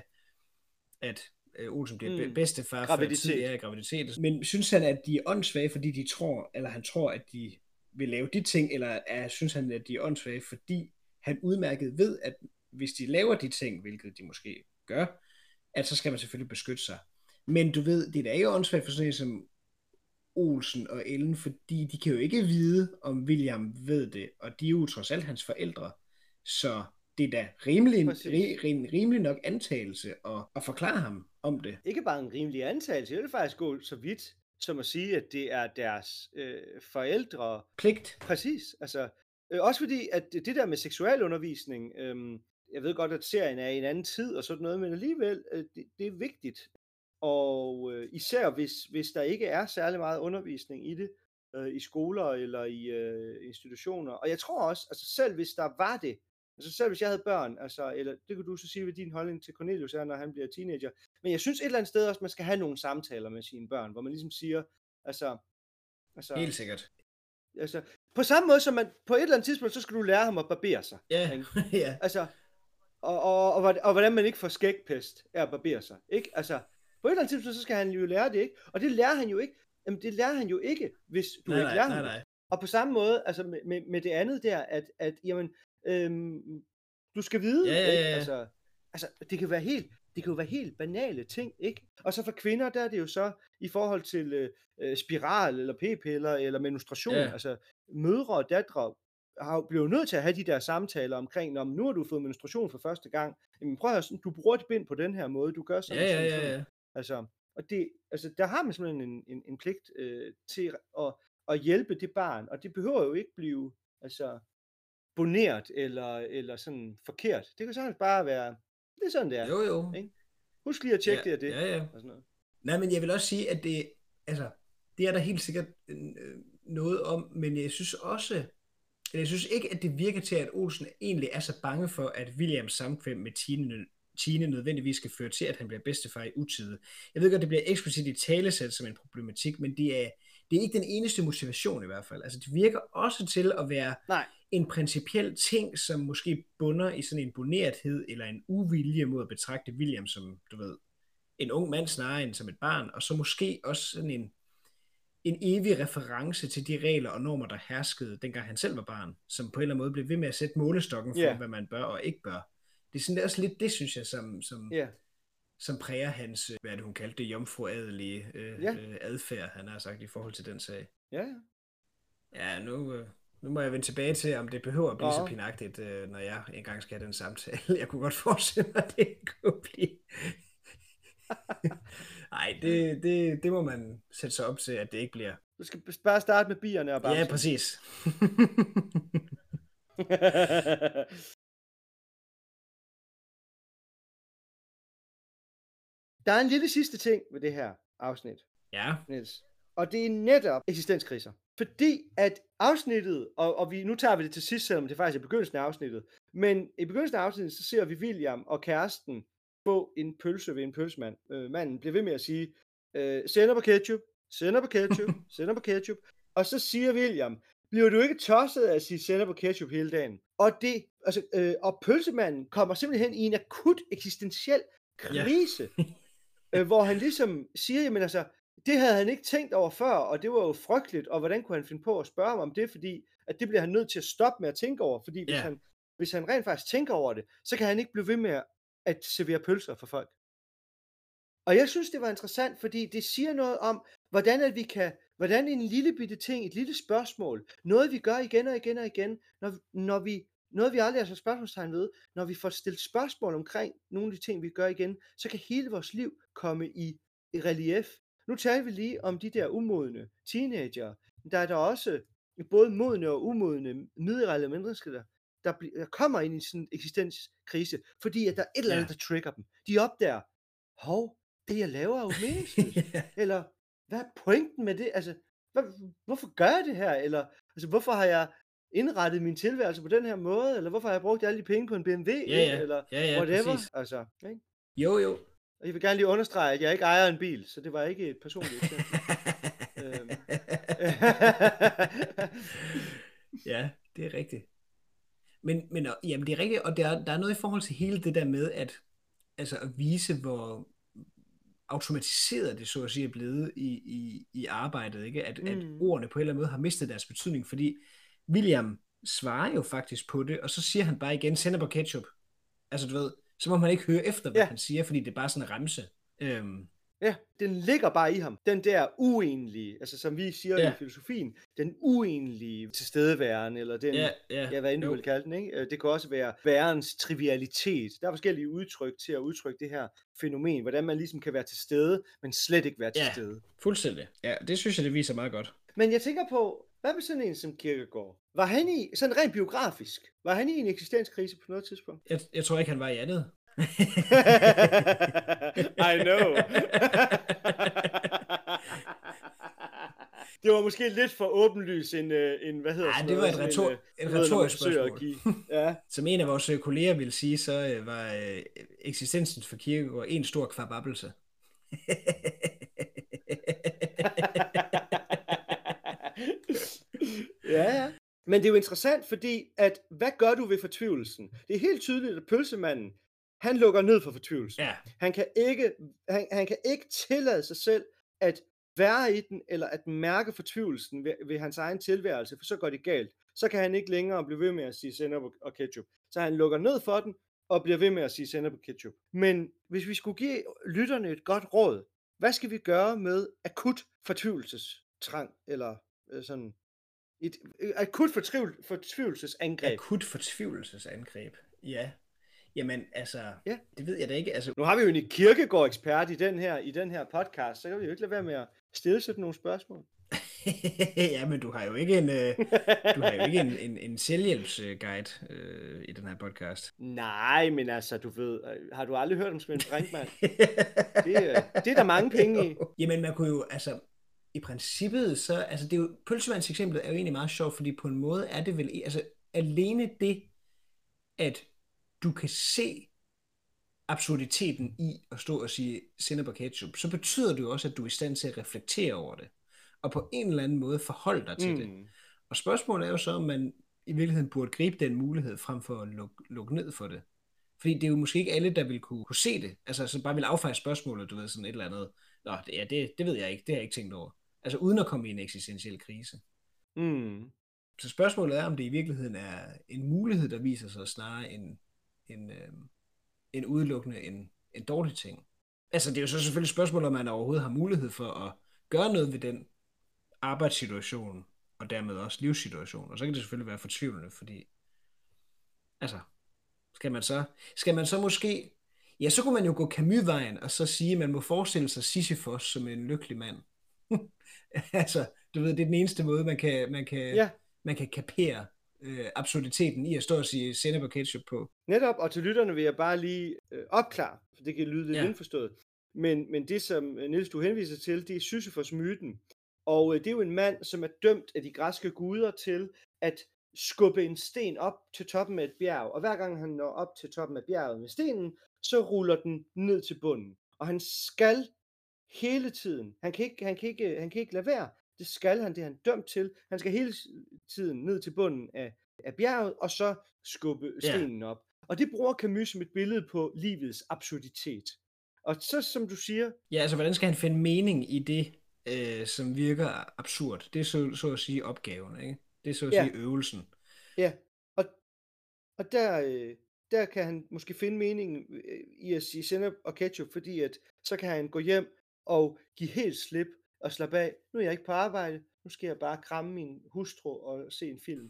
at øh, Olsen bliver Mm. mm. bedstefar Graviditet. for tid, ja, graviditet. Men synes han, at de er åndssvage, fordi de tror, eller han tror, at de vil lave de ting, eller er, synes han, at de er åndssvage, fordi han udmærket ved, at hvis de laver de ting, hvilket de måske gør, at så skal man selvfølgelig beskytte sig. Men du ved, det er da ikke åndssvagt for sådan en som Olsen og Ellen, fordi de kan jo ikke vide, om William ved det, og de er jo trods alt hans forældre. Så det er da rimelig, Præcis. ri, rim, rimelig nok antagelse at, at forklare ham om det. Ikke bare en rimelig antagelse, jeg vil faktisk gå så vidt, som at sige, at det er deres øh, forældre. Pligt. Præcis, altså, øh, også fordi, at det der med seksualundervisning, øh, jeg ved godt, at serien er i en anden tid og sådan noget, men alligevel, øh, det, det er vigtigt. Og øh, især hvis, hvis der ikke er særlig meget undervisning i det, øh, i skoler eller i øh, institutioner. Og jeg tror også, altså selv hvis der var det, altså selv hvis jeg havde børn, altså, eller det kan du så sige, hvad din holdning til Cornelius er, når han bliver teenager. Men jeg synes et eller andet sted også, man skal have nogle samtaler med sine børn, hvor man ligesom siger, altså... altså Helt sikkert. Altså, på samme måde som man, på et eller andet tidspunkt, så skal du lære ham at barbere sig. Ja, ikke? ja. Altså, og, og, og, og, og hvordan man ikke får skægpest af at barbere sig, ikke? Altså, på et eller andet tidspunkt, så skal han jo lære det, ikke? Og det lærer han jo ikke. Jamen, det lærer han jo ikke, hvis du Nej, ikke nej, lærer nej, ham nej. det. Og på samme måde, altså med, med, med det andet der, at, at jamen, øhm, du skal vide, Ja, ja, ja, ikke? ja. Altså, altså, det kan være helt, det kan jo være helt banale ting, ikke? Og så for kvinder, der er det jo så i forhold til øh, spiral, eller p-piller, eller menstruation, Ja. altså mødre og datre, har jo blevet nødt til at have de der samtaler omkring, når nu har du fået menstruation for første gang, jamen prøv at høre, sådan, du bruger dit bind på den her måde, du gør Ja, sådan og ja, sådan og ja, sådan. ja. Altså, og det, altså, der har man simpelthen en, en, en pligt øh, til at, at hjælpe det barn, og det behøver jo ikke blive altså, boneret eller, eller sådan forkert. Det kan sagtens bare være, det er sådan, det er. Jo, jo. Ikke? Husk lige at Ja, tjekke det og det. ja, ja. Og sådan noget. Nej, men jeg vil også sige, at det, altså, det er der helt sikkert øh, noget om, men jeg synes også, eller jeg synes ikke, at det virker til, at Olsen egentlig er så bange for, at Williams samkvem med Tine, Tine nødvendigvis skal føre til, at han bliver bedstefar i utide. Jeg ved godt, det bliver eksplicit i talesæt som en problematik, men det er, det er ikke den eneste motivation i hvert fald. Altså, det virker også til at være Nej. en principiel ting, som måske bunder i sådan en bonerethed eller en uvilje mod at betragte William som, du ved, en ung mand snarere end som et barn, og så måske også sådan en, en evig reference til de regler og normer, der herskede, dengang han selv var barn, som på en eller anden måde blev ved med at sætte målestokken for, Yeah. hvad man bør og ikke bør. Det er sådan det er også lidt det, synes jeg, som, som, Yeah. som præger hans, hvad er det, hun kaldte det, jomfruadelige øh, Ja. øh, adfærd, han har sagt i forhold til den sag. Ja, ja. Ja, nu, øh, nu må jeg vende tilbage til, om det behøver at blive Nå. så pinagtigt, øh, når jeg engang skal have den samtale. Jeg kunne godt forestille mig, at det kunne blive. Nej, det, det, det må man sætte sig op til, at det ikke bliver. Du skal bare starte med bierne og bamsen. Ja, præcis. Der er en lille sidste ting ved det her afsnit, Ja. Niels. Og det er netop eksistenskriser. Fordi at afsnittet, og, og vi, nu tager vi det til sidst, selvom det faktisk er begyndelsen af afsnittet, men i begyndelsen af afsnittet, så ser vi William og kæresten få en pølse ved en pølsemand. Øh, manden bliver ved med at sige, øh, sender på ketchup, sender på ketchup, sender på ketchup. Og så siger William, bliver du ikke tosset af at sige sender på ketchup hele dagen? Og, det, altså, øh, og pølsemanden kommer simpelthen i en akut eksistentiel krise, ja. øh, hvor han ligesom siger, jamen altså, det havde han ikke tænkt over før, og det var jo frygteligt, og hvordan kunne han finde på at spørge ham om det, fordi at det bliver han nødt til at stoppe med at tænke over, fordi hvis, Ja. han, hvis han rent faktisk tænker over det, så kan han ikke blive ved med at servere pølser for folk. Og jeg synes, det var interessant, fordi det siger noget om, hvordan at vi kan, hvordan en lille bitte ting, et lille spørgsmål, noget vi gør igen og igen og igen, når, når vi, noget vi aldrig har så spørgsmålstegn ved, når vi får stillet spørgsmål omkring nogle af de ting, vi gør igen, så kan hele vores liv komme i, i relief. Nu taler vi lige om de der umodne teenager. Der er der også både modne og umodne middelaldrende mennesker, der, der, bl- der kommer ind i sådan en eksistenskrise, fordi at der er et eller andet, Ja. der trigger dem. De opdager, hov, det jeg laver er jo meningsløst. Eller, hvad er pointen med det? Altså, hvad, hvorfor gør jeg det her? Eller, altså, hvorfor har jeg indrettet min tilværelse på den her måde? Eller hvorfor har jeg brugt alle de penge på en B M W? Ja, ja. Eller Ja, ja, whatever. præcis. Altså, ikke? Jo, jo. Og jeg vil gerne lige understrege, at jeg ikke ejer en bil, så det var ikke et personligt eksempel. øhm. Ja, det er rigtigt. Men, men jamen, det er rigtigt, og der, er- der er noget i forhold til hele det der med, at, altså, at vise, hvor automatiseret det så at sige er blevet i, i, i arbejdet, ikke? At, mm. at Mm. ordene på en eller anden måde har mistet deres betydning, fordi William svarer jo faktisk på det, og så siger han bare igen, sender på ketchup. Altså, du ved, så må man ikke høre efter, hvad Ja. han siger, fordi det er bare sådan en remse. Øhm, Ja, den ligger bare i ham. Den der uenlige, altså som vi siger Ja. i filosofien, den uenlige tilstedeværen, eller den, ja, ja, ja, hvad end du jo. vil kalde den, ikke? Øh, Det kan også være værens trivialitet. Der er forskellige udtryk til at udtrykke det her fænomen, hvordan man ligesom kan være til stede, men slet ikke være til Ja. stede. Fuldstændig. Ja, det synes jeg, det viser meget godt. Men jeg tænker på, hvad med sådan en som Kierkegaard? Var han i, sådan rent biografisk, var han i en eksistenskrise på noget tidspunkt? Jeg, jeg tror ikke, han var i andet. I know. Det var måske lidt for åbenlys en, øh, en hvad hedder Ej, sådan det var noget, et sådan retor- øh, et du ved, når man retorisk forsøger at spørgsmål. give- Ja. Som en af vores øh, kolleger ville sige, så øh, var øh, eksistensen for Kierkegaard en stor kvababbelse. Ja, ja. Men det er jo interessant, fordi at, hvad gør du ved fortvivlelsen? Det er helt tydeligt, at pølsemanden, han lukker ned for fortvivlelsen. Ja, Han kan ikke, han, han kan ikke tillade sig selv at være i den, eller at mærke fortvivlelsen ved, ved hans egen tilværelse, for så går det galt. Så kan han ikke længere blive ved med at sige sennep og ketchup. Så han lukker ned for den, og bliver ved med at sige sennep og ketchup. Men hvis vi skulle give lytterne et godt råd, hvad skal vi gøre med akut fortvivlelsestrang, eller øh, sådan Et øh, akut fortvivl, fortvivlelsesangreb. Akut fortvivlelsesangreb. Ja. Jamen, altså, Ja. det ved jeg da ikke. Altså, Nu har vi jo en Kierkegaard-ekspert i den her, i den her podcast, så kan vi jo ikke lade være med at stille sådan nogle spørgsmål. ja, men du har jo ikke en, øh, du har jo ikke en, en, en selvhjælpsguide øh, i den her podcast. Nej, men altså, du ved, øh, har du aldrig hørt om Svend Brinkmann? det, øh, det er der mange penge i. Jamen, man kunne jo, altså, i princippet, så, altså, det er jo, pølsevands eksemplet er jo egentlig meget sjovt, fordi på en måde er det vel, altså, alene det, at du kan se absurditeten i at stå og sige sennep og ketchup, så betyder det jo også, at du er i stand til at reflektere over det, og på en eller anden måde forholde dig til mm. det. Og spørgsmålet er jo så, om man i virkeligheden burde gribe den mulighed, frem for at lukke, lukke ned for det. Fordi det er jo måske ikke alle, der vil kunne, kunne se det. Altså, så bare vil affeje spørgsmålet, du ved, sådan et eller andet. Nå, det, ja, det, det ved jeg ikke, det har jeg ikke tænkt over. Altså, uden at komme i en eksistentiel krise. Mm. Så spørgsmålet er, om det i virkeligheden er en mulighed, der viser sig snarere en, en, øh, en udelukkende en, en dårlig ting. Altså, det er jo så selvfølgelig spørgsmålet, om man overhovedet har mulighed for at gøre noget ved den arbejdssituation, og dermed også livssituation. Og så kan det selvfølgelig være fortvivlende, fordi altså, skal man så, skal man så måske, ja, så kunne man jo gå Camus-vejen, og så sige, at man må forestille sig Sisyfos som en lykkelig mand. altså, du ved, det er den eneste måde, man kan, man kan, ja. man kan kapere øh, absurditeten i at stå og sige sennep og ketchup på. Netop, og til lytterne vil jeg bare lige øh, opklare, for det kan lyde lidt ja. indforstået. Men, men det, som Niels, du henviser til, det er Sisyfos-myten. Og øh, det er jo en mand, som er dømt af de græske guder til at skubbe en sten op til toppen af et bjerg. Og hver gang han når op til toppen af bjerget med stenen, så ruller den ned til bunden. Og han skal hele tiden, han kan ikke, han kan ikke, han kan ikke lade være. Det skal han, det er han dømt til. Han skal hele tiden ned til bunden af, af bjerget, og så skubbe stenen op. Og det bruger Camus som et billede på livets absurditet. Og så, som du siger... Ja, altså, hvordan skal han finde mening i det, øh, som virker absurd? Det er så, så at sige opgaven, ikke? Det er så at ja. sige øvelsen. Ja, og, og der, øh, der kan han måske finde mening i at sige sennep og ketchup, fordi at så kan han gå hjem og give helt slip og slappe af. Nu er jeg ikke på arbejde, nu skal jeg bare kramme min hustru og se en film.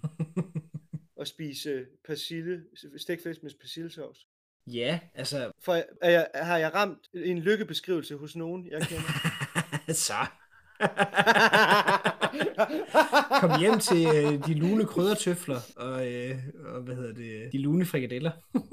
og spise persille, stegflæsk med persillesauce. Ja, altså... For er jeg, har jeg ramt en lykkebeskrivelse hos nogen, jeg kender? så... Kom hjem til øh, de lune kryddertøfler og, øh, og hvad hedder det, de lune frikadeller.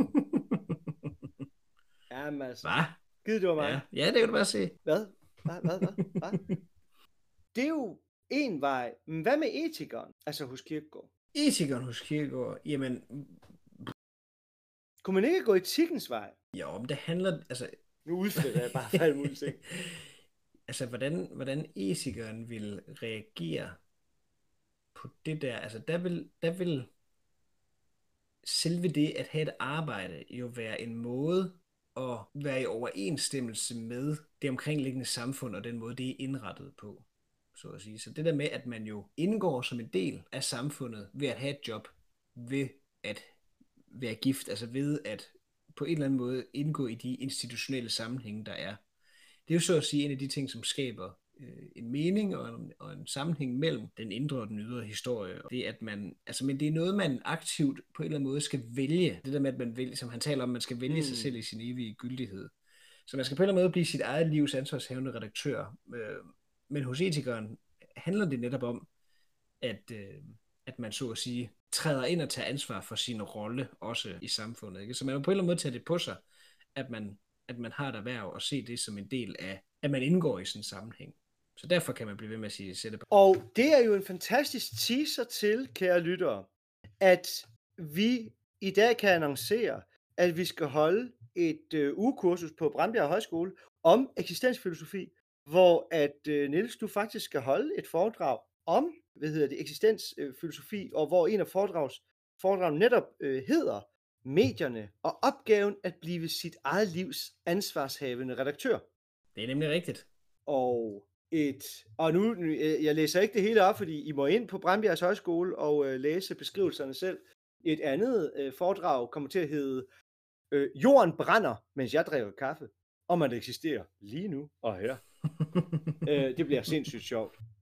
Jamen altså. Hvad? Gid det var mig. Ja. ja, det kan du bare se. Hvad? Hvad? Hvad? Hvad? Hvad? Det er jo en vej. Men hvad med etikeren? Altså hos Kierkegaard. Etikeren hos Kierkegaard? Jamen... Kunne man ikke gå etikkens vej? Jo, men det handler... Altså... Nu udfritter jeg bare for alt muligt ting. Altså, hvordan, hvordan etikeren vil reagere på det der, altså, der vil, der vil selve det at have et arbejde jo være en måde at være i overensstemmelse med det omkringliggende samfund og den måde, det er indrettet på, så at sige. Så det der med, at man jo indgår som en del af samfundet ved at have et job, ved at være gift, altså ved at på en eller anden måde indgå i de institutionelle sammenhænge, der er. Det er jo så at sige en af de ting, som skaber øh, en mening og en, og en sammenhæng mellem den indre og den ydre historie. Og det at man, altså, men det er noget, man aktivt på en eller anden måde skal vælge. Det der med, at man vælger, som han taler om, man skal vælge mm. sig selv i sin evige gyldighed. Så man skal på en eller anden måde blive sit eget livs ansvarshavende redaktør. Øh, men hos etikeren handler det netop om, at, øh, at man så at sige træder ind og tager ansvar for sin rolle også i samfundet. Ikke? Så man må på en eller anden måde tage det på sig, at man at man har et erhverv og se det som en del af, at man indgår i sådan en sammenhæng. Så derfor kan man blive ved med at sige sætte på. Og det er jo en fantastisk teaser til, kære lyttere, at vi i dag kan annoncere, at vi skal holde et øh, ugekursus på Brandbjerg Højskole om eksistensfilosofi, hvor at øh, Niels, du faktisk skal holde et foredrag om, hvad hedder det, eksistensfilosofi, og hvor en af foredrags, foredragene netop øh, hedder medierne og opgaven at blive sit eget livs ansvarshavende redaktør. Det er nemlig rigtigt. Og et og nu jeg læser ikke det hele op, fordi I må ind på Brandbjergs Højskole og øh, læse beskrivelserne selv. Et andet øh, foredrag kommer til at hedde øh, Jorden brænder, mens jeg drikker kaffe, om at det eksisterer lige nu og her. øh, det bliver sindssygt sjovt.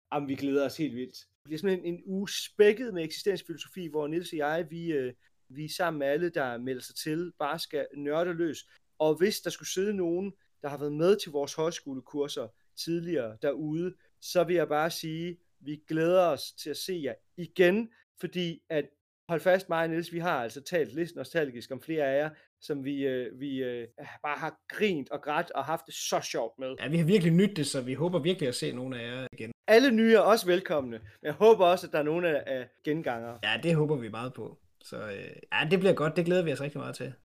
Jamen, vi glæder os helt vildt. Det bliver simpelthen en uge spækket med eksistensfilosofi, hvor Niels og jeg, vi, øh, vi sammen med alle, der melder sig til, bare skal nørde løs. Og hvis der skulle sidde nogen, der har været med til vores højskolekurser tidligere derude, så vil jeg bare sige, vi glæder os til at se jer igen, fordi at, hold fast mig og Niels, vi har altså talt lidt nostalgisk om flere af jer, som vi, øh, vi øh, bare har grint og grædt og haft det så sjovt med. Ja, vi har virkelig nydt det, så vi håber virkelig at se nogle af jer igen. Alle nye er også velkomne, men jeg håber også, at der er nogle af, af gengangere. Ja, det håber vi meget på. Så øh, ja, det bliver godt. Det glæder vi os rigtig meget til.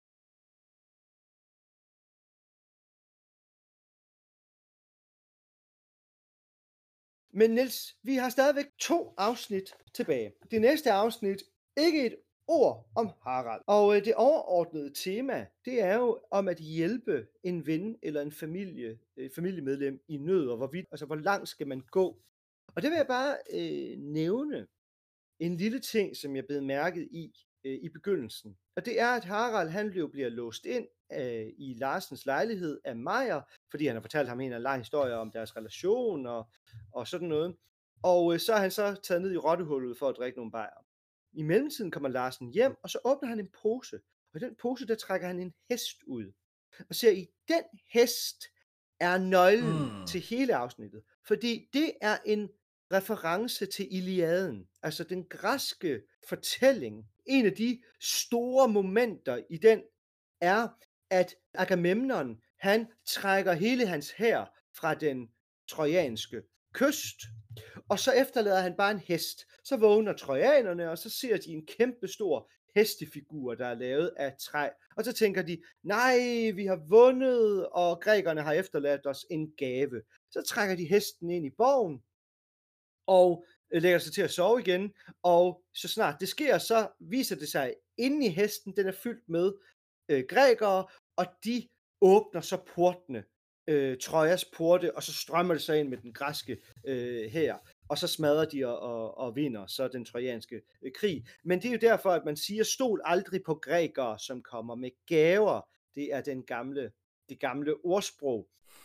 Men Niels, vi har stadigvæk to afsnit tilbage. Det næste afsnit, ikke et ord om Harald. Og øh, det overordnede tema, det er jo om at hjælpe en ven eller en familie, øh, familiemedlem i nød, og hvorvidt, altså hvor langt skal man gå. Og det vil jeg bare øh, nævne en lille ting, som jeg blev mærket i øh, i begyndelsen. Og det er, at Harald han blev, bliver låst ind øh, i Larsens lejlighed af Meier, fordi han har fortalt ham en af lang historie om deres relation og, og sådan noget. Og øh, så er han så taget ned i rottehullet for at drikke nogle bajer. I mellemtiden kommer Larsen hjem, og så åbner han en pose. Og i den pose, der trækker han en hest ud. Og ser i den hest er nøglen mm. til hele afsnittet. Fordi det er en reference til Iliaden, altså den græske fortælling. En af de store momenter i den er, at Agamemnon, han trækker hele hans hær fra den trojanske kyst, og så efterlader han bare en hest. Så vågner trojanerne, og så ser de en kæmpe stor hestefigur, der er lavet af træ. Og så tænker de, nej, vi har vundet, og grækerne har efterladt os en gave. Så trækker de hesten ind i borgen, og lægger sig til at sove igen, og så snart det sker, så viser det sig, inde i hesten, den er fyldt med øh, grækere, og de åbner så portene, øh, Trojas porte, og så strømmer det sig ind med den græske øh, hær, og så smadrer de og, og, og vinder så den trojanske øh, krig. Men det er jo derfor, at man siger, stol aldrig på grækere, som kommer med gaver. Det er den gamle, det gamle ordsprog.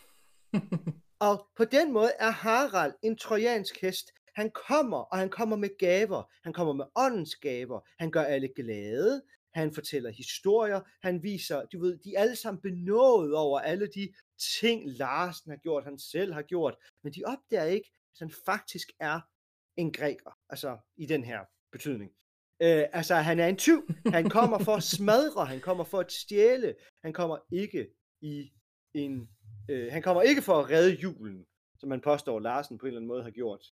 Og på den måde er Harald en trojansk hest. Han kommer, og han kommer med gaver. Han kommer med åndens gaver. Han gør alle glade. Han fortæller historier. Han viser, du ved, de er alle sammen benådet over alle de ting, Larsen har gjort, han selv har gjort. Men de opdager ikke, at han faktisk er en græker. Altså i den her betydning. Øh, altså han er en tyv. Han kommer for at smadre. Han kommer for at stjæle. Han kommer ikke i en... Øh, han kommer ikke for at redde julen, som man påstår, Larsen på en eller anden måde har gjort.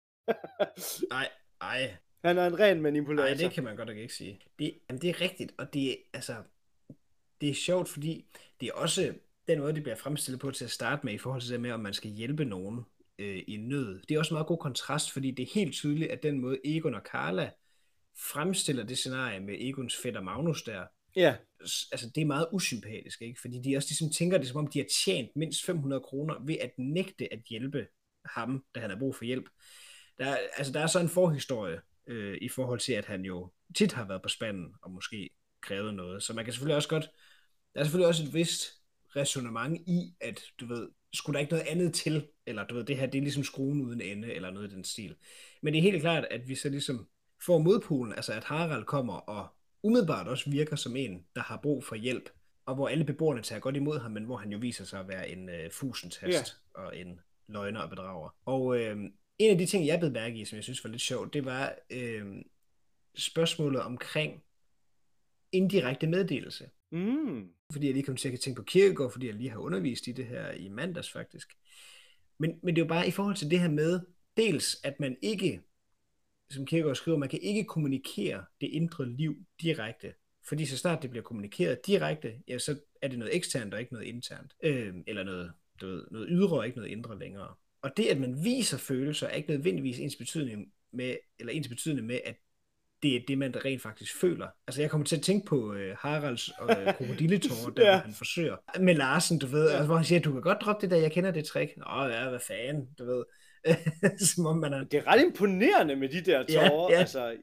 Nej, nej. Han er en ren manipulator. Nej, det kan man godt nok ikke sige. Det, jamen, det er rigtigt, og det, altså, det er sjovt, fordi det er også den måde, det bliver fremstillet på til at starte med, i forhold til det med, om man skal hjælpe nogen øh, i nød. Det er også en meget god kontrast, fordi det er helt tydeligt, at den måde Egon og Carla fremstiller det scenarie med Egons fætter Magnus der, ja. Altså det er meget usympatisk, ikke? Fordi de også ligesom tænker det, som om de har tjent mindst fem hundrede kroner ved at nægte at hjælpe ham, da han har brug for hjælp. Der, altså der er så en forhistorie øh, i forhold til, at han jo tit har været på spanden og måske krævet noget. Så man kan selvfølgelig også godt, der er selvfølgelig også et vist ræsonnement i, at du ved, skulle der ikke noget andet til, eller du ved, det her, det er ligesom skruen uden ende, eller noget i den stil. Men det er helt klart, at vi så ligesom får modpolen, altså at Harald kommer og umiddelbart også virker som en, der har brug for hjælp, og hvor alle beboerne tager godt imod ham, men hvor han jo viser sig at være en øh, fusentast yeah. og en løgner og bedrager. Og øh, en af de ting, jeg blev mærke i, som jeg synes var lidt sjovt, det var øh, spørgsmålet omkring indirekte meddelelse. Mm. Fordi jeg lige kom til at tænke på Kierkegaard, fordi jeg lige har undervist i det her i mandags faktisk. Men, men det er jo bare i forhold til det her med, dels at man ikke, som Kierkegaard skriver, man kan ikke kommunikere det indre liv direkte. Fordi så snart det bliver kommunikeret direkte, ja, så er det noget eksternt og ikke noget internt. Øh, eller noget, du ved, noget ydre og ikke noget indre længere. Og det, at man viser følelser, er ikke nødvendigvis ens betydning med, eller ens betydning med, at det er det, man rent faktisk føler. Altså, jeg kommer til at tænke på øh, Haralds og øh, krokodilletårer, der ja. han forsøger. Med Larsen, du ved, ja. altså, hvor han siger, du kan godt droppe det der, jeg kender det trick. Nå, ja, hvad fanden, du ved. Som om man er... Det er ret imponerende med de der tårer. Ja, ja. Altså...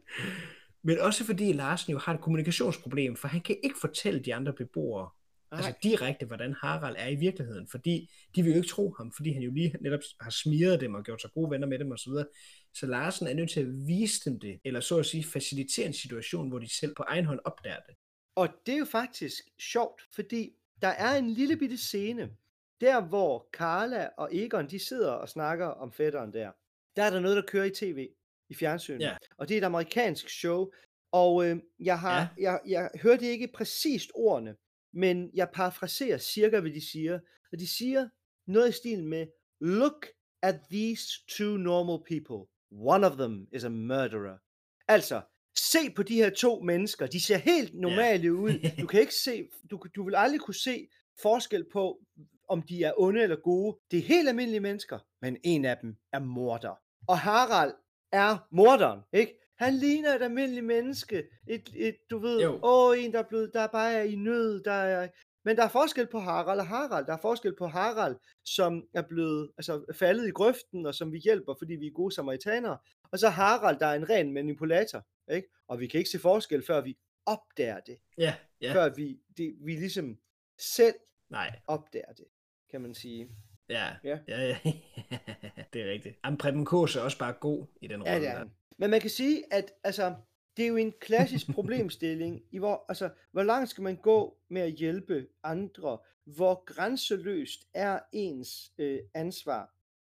Men også fordi Larsen jo har et kommunikationsproblem, for han kan ikke fortælle de andre beboere, Ej. altså direkte, hvordan Harald er i virkeligheden, fordi de vil jo ikke tro ham, fordi han jo lige netop har smiret dem og gjort sig gode venner med dem osv. Så Larsen er nødt til at vise dem det, eller så at sige facilitere en situation, hvor de selv på egen hånd opdager det. Og det er jo faktisk sjovt, fordi der er en lille bitte scene, der hvor Carla og Egon, de sidder og snakker om fætteren der. Der er der noget, der kører i tv, i fjernsynet, Ja. og det er et amerikansk show, og øh, jeg har, Ja. jeg, jeg hørte ikke præcist ordene, men jeg parafraserer cirka, hvad de siger, og de siger noget i stil med, look at these two normal people, one of them is a murderer. Altså, se på de her to mennesker, de ser helt normale ud. Du kan ikke se, du, du vil aldrig kunne se forskel på, om de er onde eller gode. Det er helt almindelige mennesker, men en af dem er morder. Og Harald er morderen, ikke? Han ligner et almindeligt menneske. Et, et du ved, Jo. åh, en der er blevet, der bare er i nød, der er... Men der er forskel på Harald og Harald. Der er forskel på Harald, som er blevet altså, faldet i grøften, og som vi hjælper, fordi vi er gode samaritanere. Og så Harald, der er en ren manipulator. Ikke? Og vi kan ikke se forskel, før vi opdager det. Ja, ja. Før vi, det, vi ligesom selv Nej. opdager det, kan man sige. Ja, Ja. ja, ja. Det er rigtigt. Jamen, Preben Kaas er også bare god i den rolle. Ja, det er han. Men man kan sige, at altså, det er jo en klassisk problemstilling, i hvor, altså, hvor langt skal man gå med at hjælpe andre? Hvor grænseløst er ens øh, ansvar?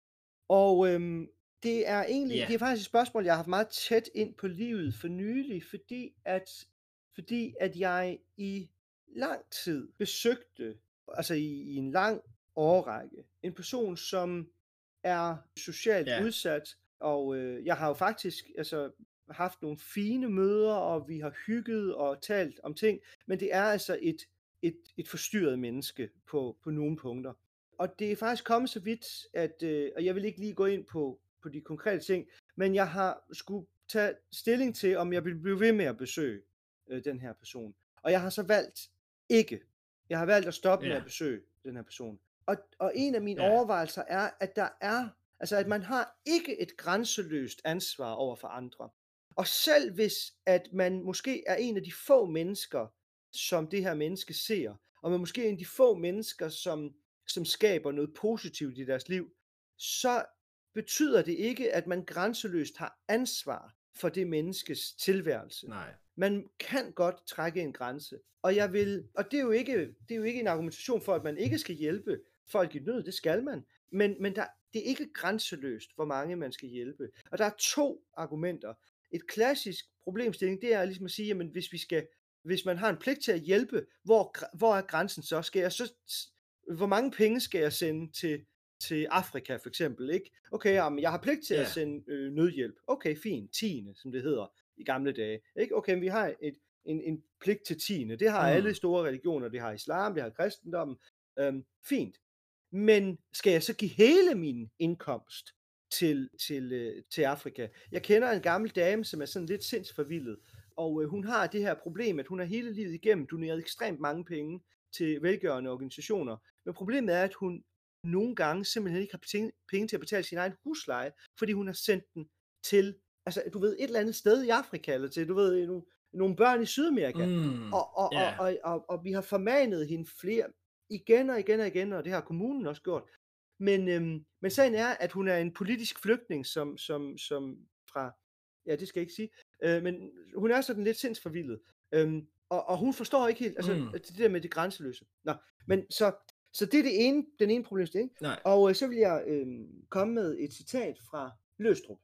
Og øhm, det er egentlig, Ja. det er faktisk et spørgsmål, jeg har haft meget tæt ind på livet for nylig, fordi at, fordi at jeg i lang tid besøgte, altså i, i en lang årrække, en person, som er socialt Ja. udsat, og øh, jeg har jo faktisk altså, haft nogle fine møder, og vi har hygget og talt om ting, men det er altså et, et, et forstyrret menneske på, på nogle punkter. Og det er faktisk kommet så vidt, at, øh, og jeg vil ikke lige gå ind på, på de konkrete ting, men jeg har skulle tage stilling til, om jeg vil blive ved med at besøge øh, den her person. Og jeg har så valgt ikke. Jeg har valgt at stoppe med Ja. at besøge den her person. Og, og en af mine Ja. overvejelser er, at der er, altså at man har ikke et grænseløst ansvar over for andre. Og selv hvis, at man måske er en af de få mennesker, som det her menneske ser, og man måske er en af de få mennesker, som, som skaber noget positivt i deres liv, så betyder det ikke, at man grænseløst har ansvar for det menneskes tilværelse. Nej. Man kan godt trække en grænse. Og jeg vil, og det er jo ikke, det er jo ikke en argumentation for, at man ikke skal hjælpe folk i nød, det skal man. Men, men der, det er ikke grænseløst, hvor mange man skal hjælpe. Og der er to argumenter. Et klassisk problemstilling, det er ligesom at sige, jamen hvis vi skal, hvis man har en pligt til at hjælpe, hvor, hvor er grænsen så? Skal jeg så, hvor mange penge skal jeg sende til, til Afrika for eksempel, ikke? Okay, jamen, jeg har pligt til Ja. at sende øh, nødhjælp. Okay, fint, tiende, som det hedder i gamle dage. Ikke? Okay, men vi har et, en, en pligt til tiende. Det har Mm. alle store religioner. Det har islam, det har kristendommen. Øhm, fint. Men skal jeg så give hele min indkomst til, til, øh, til Afrika? Jeg kender en gammel dame, som er sådan lidt sindsforvildet, og øh, hun har det her problem, at hun har hele livet igennem doneret ekstremt mange penge til velgørende organisationer. Men problemet er, at hun nogle gange simpelthen ikke har penge, penge til at betale sin egen husleje, fordi hun har sendt den til, altså du ved, et eller andet sted i Afrika, eller til, du ved, nogle, nogle børn i Sydamerika. Mm. Og, og, Ja. og, og, og, og vi har formanet hende flere, igen og igen og igen, og det har kommunen også gjort. Men, øhm, men sagen er, at hun er en politisk flygtning, som, som, som fra, ja det skal jeg ikke sige, øh, men hun er sådan lidt sindsforvildet. Øhm, og, og hun forstår ikke helt, altså Mm. det der med det grænseløse. Nå, men så, så det er det ene, den ene problemstilling. Nej. Og øh, så vil jeg øh, komme med et citat fra Løgstrup,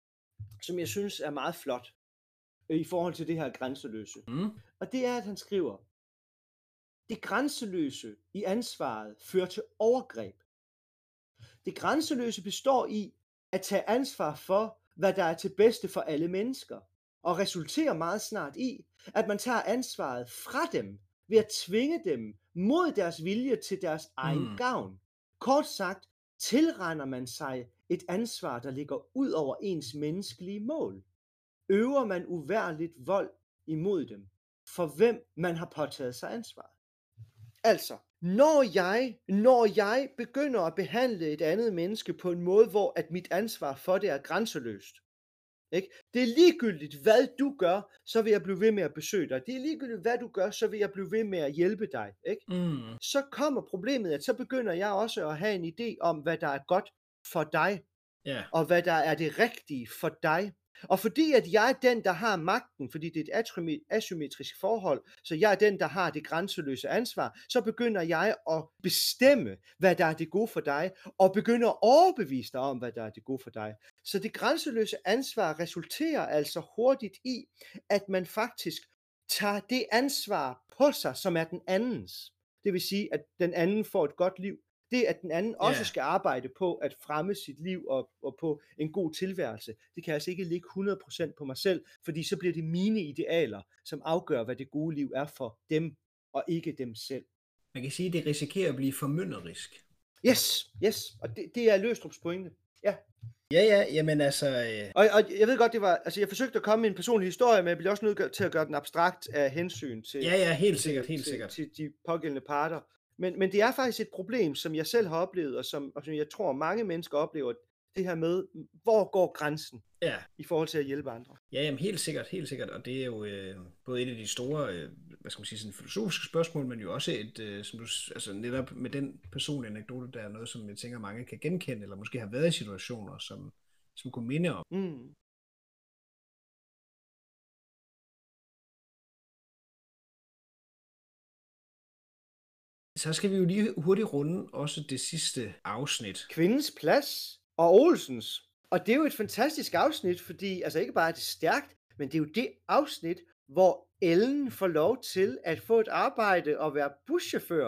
som jeg synes er meget flot øh, i forhold til det her grænseløse. Mm. Og det er, at han skriver, det grænseløse i ansvaret fører til overgreb. Det grænseløse består i at tage ansvar for, hvad der er til bedste for alle mennesker, og resulterer meget snart i, at man tager ansvaret fra dem ved at tvinge dem mod deres vilje til deres egen Mm. gavn. Kort sagt, tilregner man sig et ansvar, der ligger ud over ens menneskelige mål. Øver man uværligt vold imod dem, for hvem man har påtaget sig ansvar. Altså, når jeg, når jeg begynder at behandle et andet menneske på en måde, hvor at mit ansvar for det er grænseløst, ikke? Det er ligegyldigt, hvad du gør, så vil jeg blive ved med at besøge dig. Det er ligegyldigt, hvad du gør, så vil jeg blive ved med at hjælpe dig. Ikke? Mm. Så kommer problemet, at så begynder jeg også at have en idé om, hvad der er godt for dig. Ja. og hvad der er det rigtige for dig. Og fordi at jeg er den, der har magten, fordi det er et asymi- asymmetrisk forhold, så jeg er den, der har det grænseløse ansvar, så begynder jeg at bestemme, hvad der er det gode for dig, og begynder at overbevise dig om, hvad der er det gode for dig. Så det grænseløse ansvar resulterer altså hurtigt i, at man faktisk tager det ansvar på sig, som er den andens. Det vil sige, at den anden får et godt liv. Det, at den anden også Ja. skal arbejde på at fremme sit liv og, og på en god tilværelse, det kan altså ikke ligge hundrede procent på mig selv, fordi så bliver det mine idealer, som afgør, hvad det gode liv er for dem, og ikke dem selv. Man kan sige, at det risikerer at blive formynderisk. Yes, yes, og det, det er Løgstrups pointe. Ja. Ja, ja, jamen altså... Øh... Og, og jeg ved godt, det var, altså jeg forsøgte at komme med en personlig historie, men jeg blev også nødt til at gøre den abstrakt af hensyn til, Ja, ja, helt til, sikkert, helt til, sikkert. til de pågældende parter. Men, men det er faktisk et problem, som jeg selv har oplevet, og som, og som jeg tror, mange mennesker oplever, det her med, hvor går grænsen Ja. i forhold til at hjælpe andre? Ja, jamen helt sikkert, helt sikkert, og det er jo øh, både et af de store, øh, hvad skal man sige, sådan filosofiske spørgsmål, men jo også et, øh, som du, altså netop med den personlige anekdote, der er noget, som jeg tænker, mange kan genkende, eller måske har været i situationer, som, som kunne minde om. Mm. Så skal vi jo lige hurtigt runde også det sidste afsnit. Kvindens plads og Olsens. Og det er jo et fantastisk afsnit, fordi altså ikke bare er det stærkt, men det er jo det afsnit, hvor Ellen får lov til at få et arbejde og være buschauffør.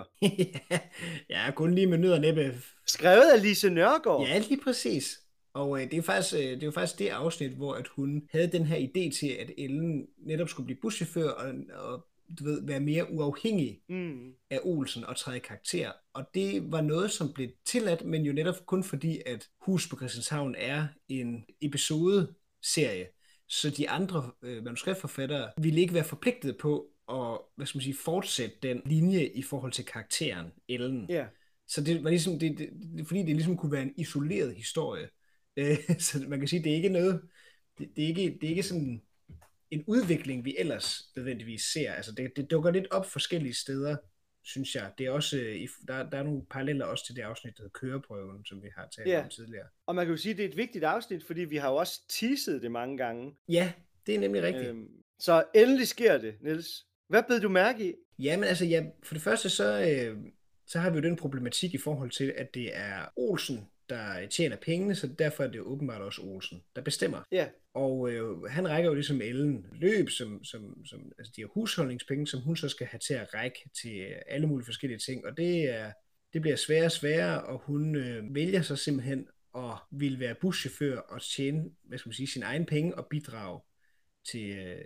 Ja, kun lige med nød og næppe. Skrevet af Lise Nørgaard. Ja, lige præcis. Og øh, det, er faktisk, øh, det er jo faktisk det afsnit, hvor at hun havde den her idé til, at Ellen netop skulle blive buschauffør og, og du ved, være mere uafhængig mm. af Olsen og træde karakter. Og det var noget, som blev tilladt, men jo netop kun fordi, at Hus på Christianshavn er en episodeserie. Så de andre øh, manuskriptforfattere ville ikke være forpligtet på at, hvad skal man sige, fortsætte den linje i forhold til karakteren Ellen. Yeah. Så det var ligesom, det, det, det, fordi det ligesom kunne være en isoleret historie. Øh, så man kan sige, det er ikke noget, det, det, er, ikke, det er ikke sådan en udvikling, vi ellers nødvendigvis ser. Altså det, det dukker lidt op forskellige steder, synes jeg. Det er også, der, der er nogle paralleller også til det afsnit, der hedder Køreprøven, som vi har talt yeah. om tidligere. Og man kan jo sige, at det er et vigtigt afsnit, fordi vi har jo også teaset det mange gange. Ja, det er nemlig rigtigt. Øhm, så endelig sker det, Niels. Hvad bed du mærke i? Jamen altså, ja, for det første så, øh, så har vi jo den problematik i forhold til, at det er Olsen, der tjener pengene, så derfor er det åbenbart også Olsen, der bestemmer. Ja. Og øh, han rækker jo ligesom Ellen løb, som, som, som altså de her husholdningspenge, som hun så skal have til at række til alle mulige forskellige ting, og det, er, det bliver sværere og sværere, og hun øh, vælger så simpelthen at ville være buschauffør og tjene, hvad skal man sige, sin egen penge og bidrage til, øh,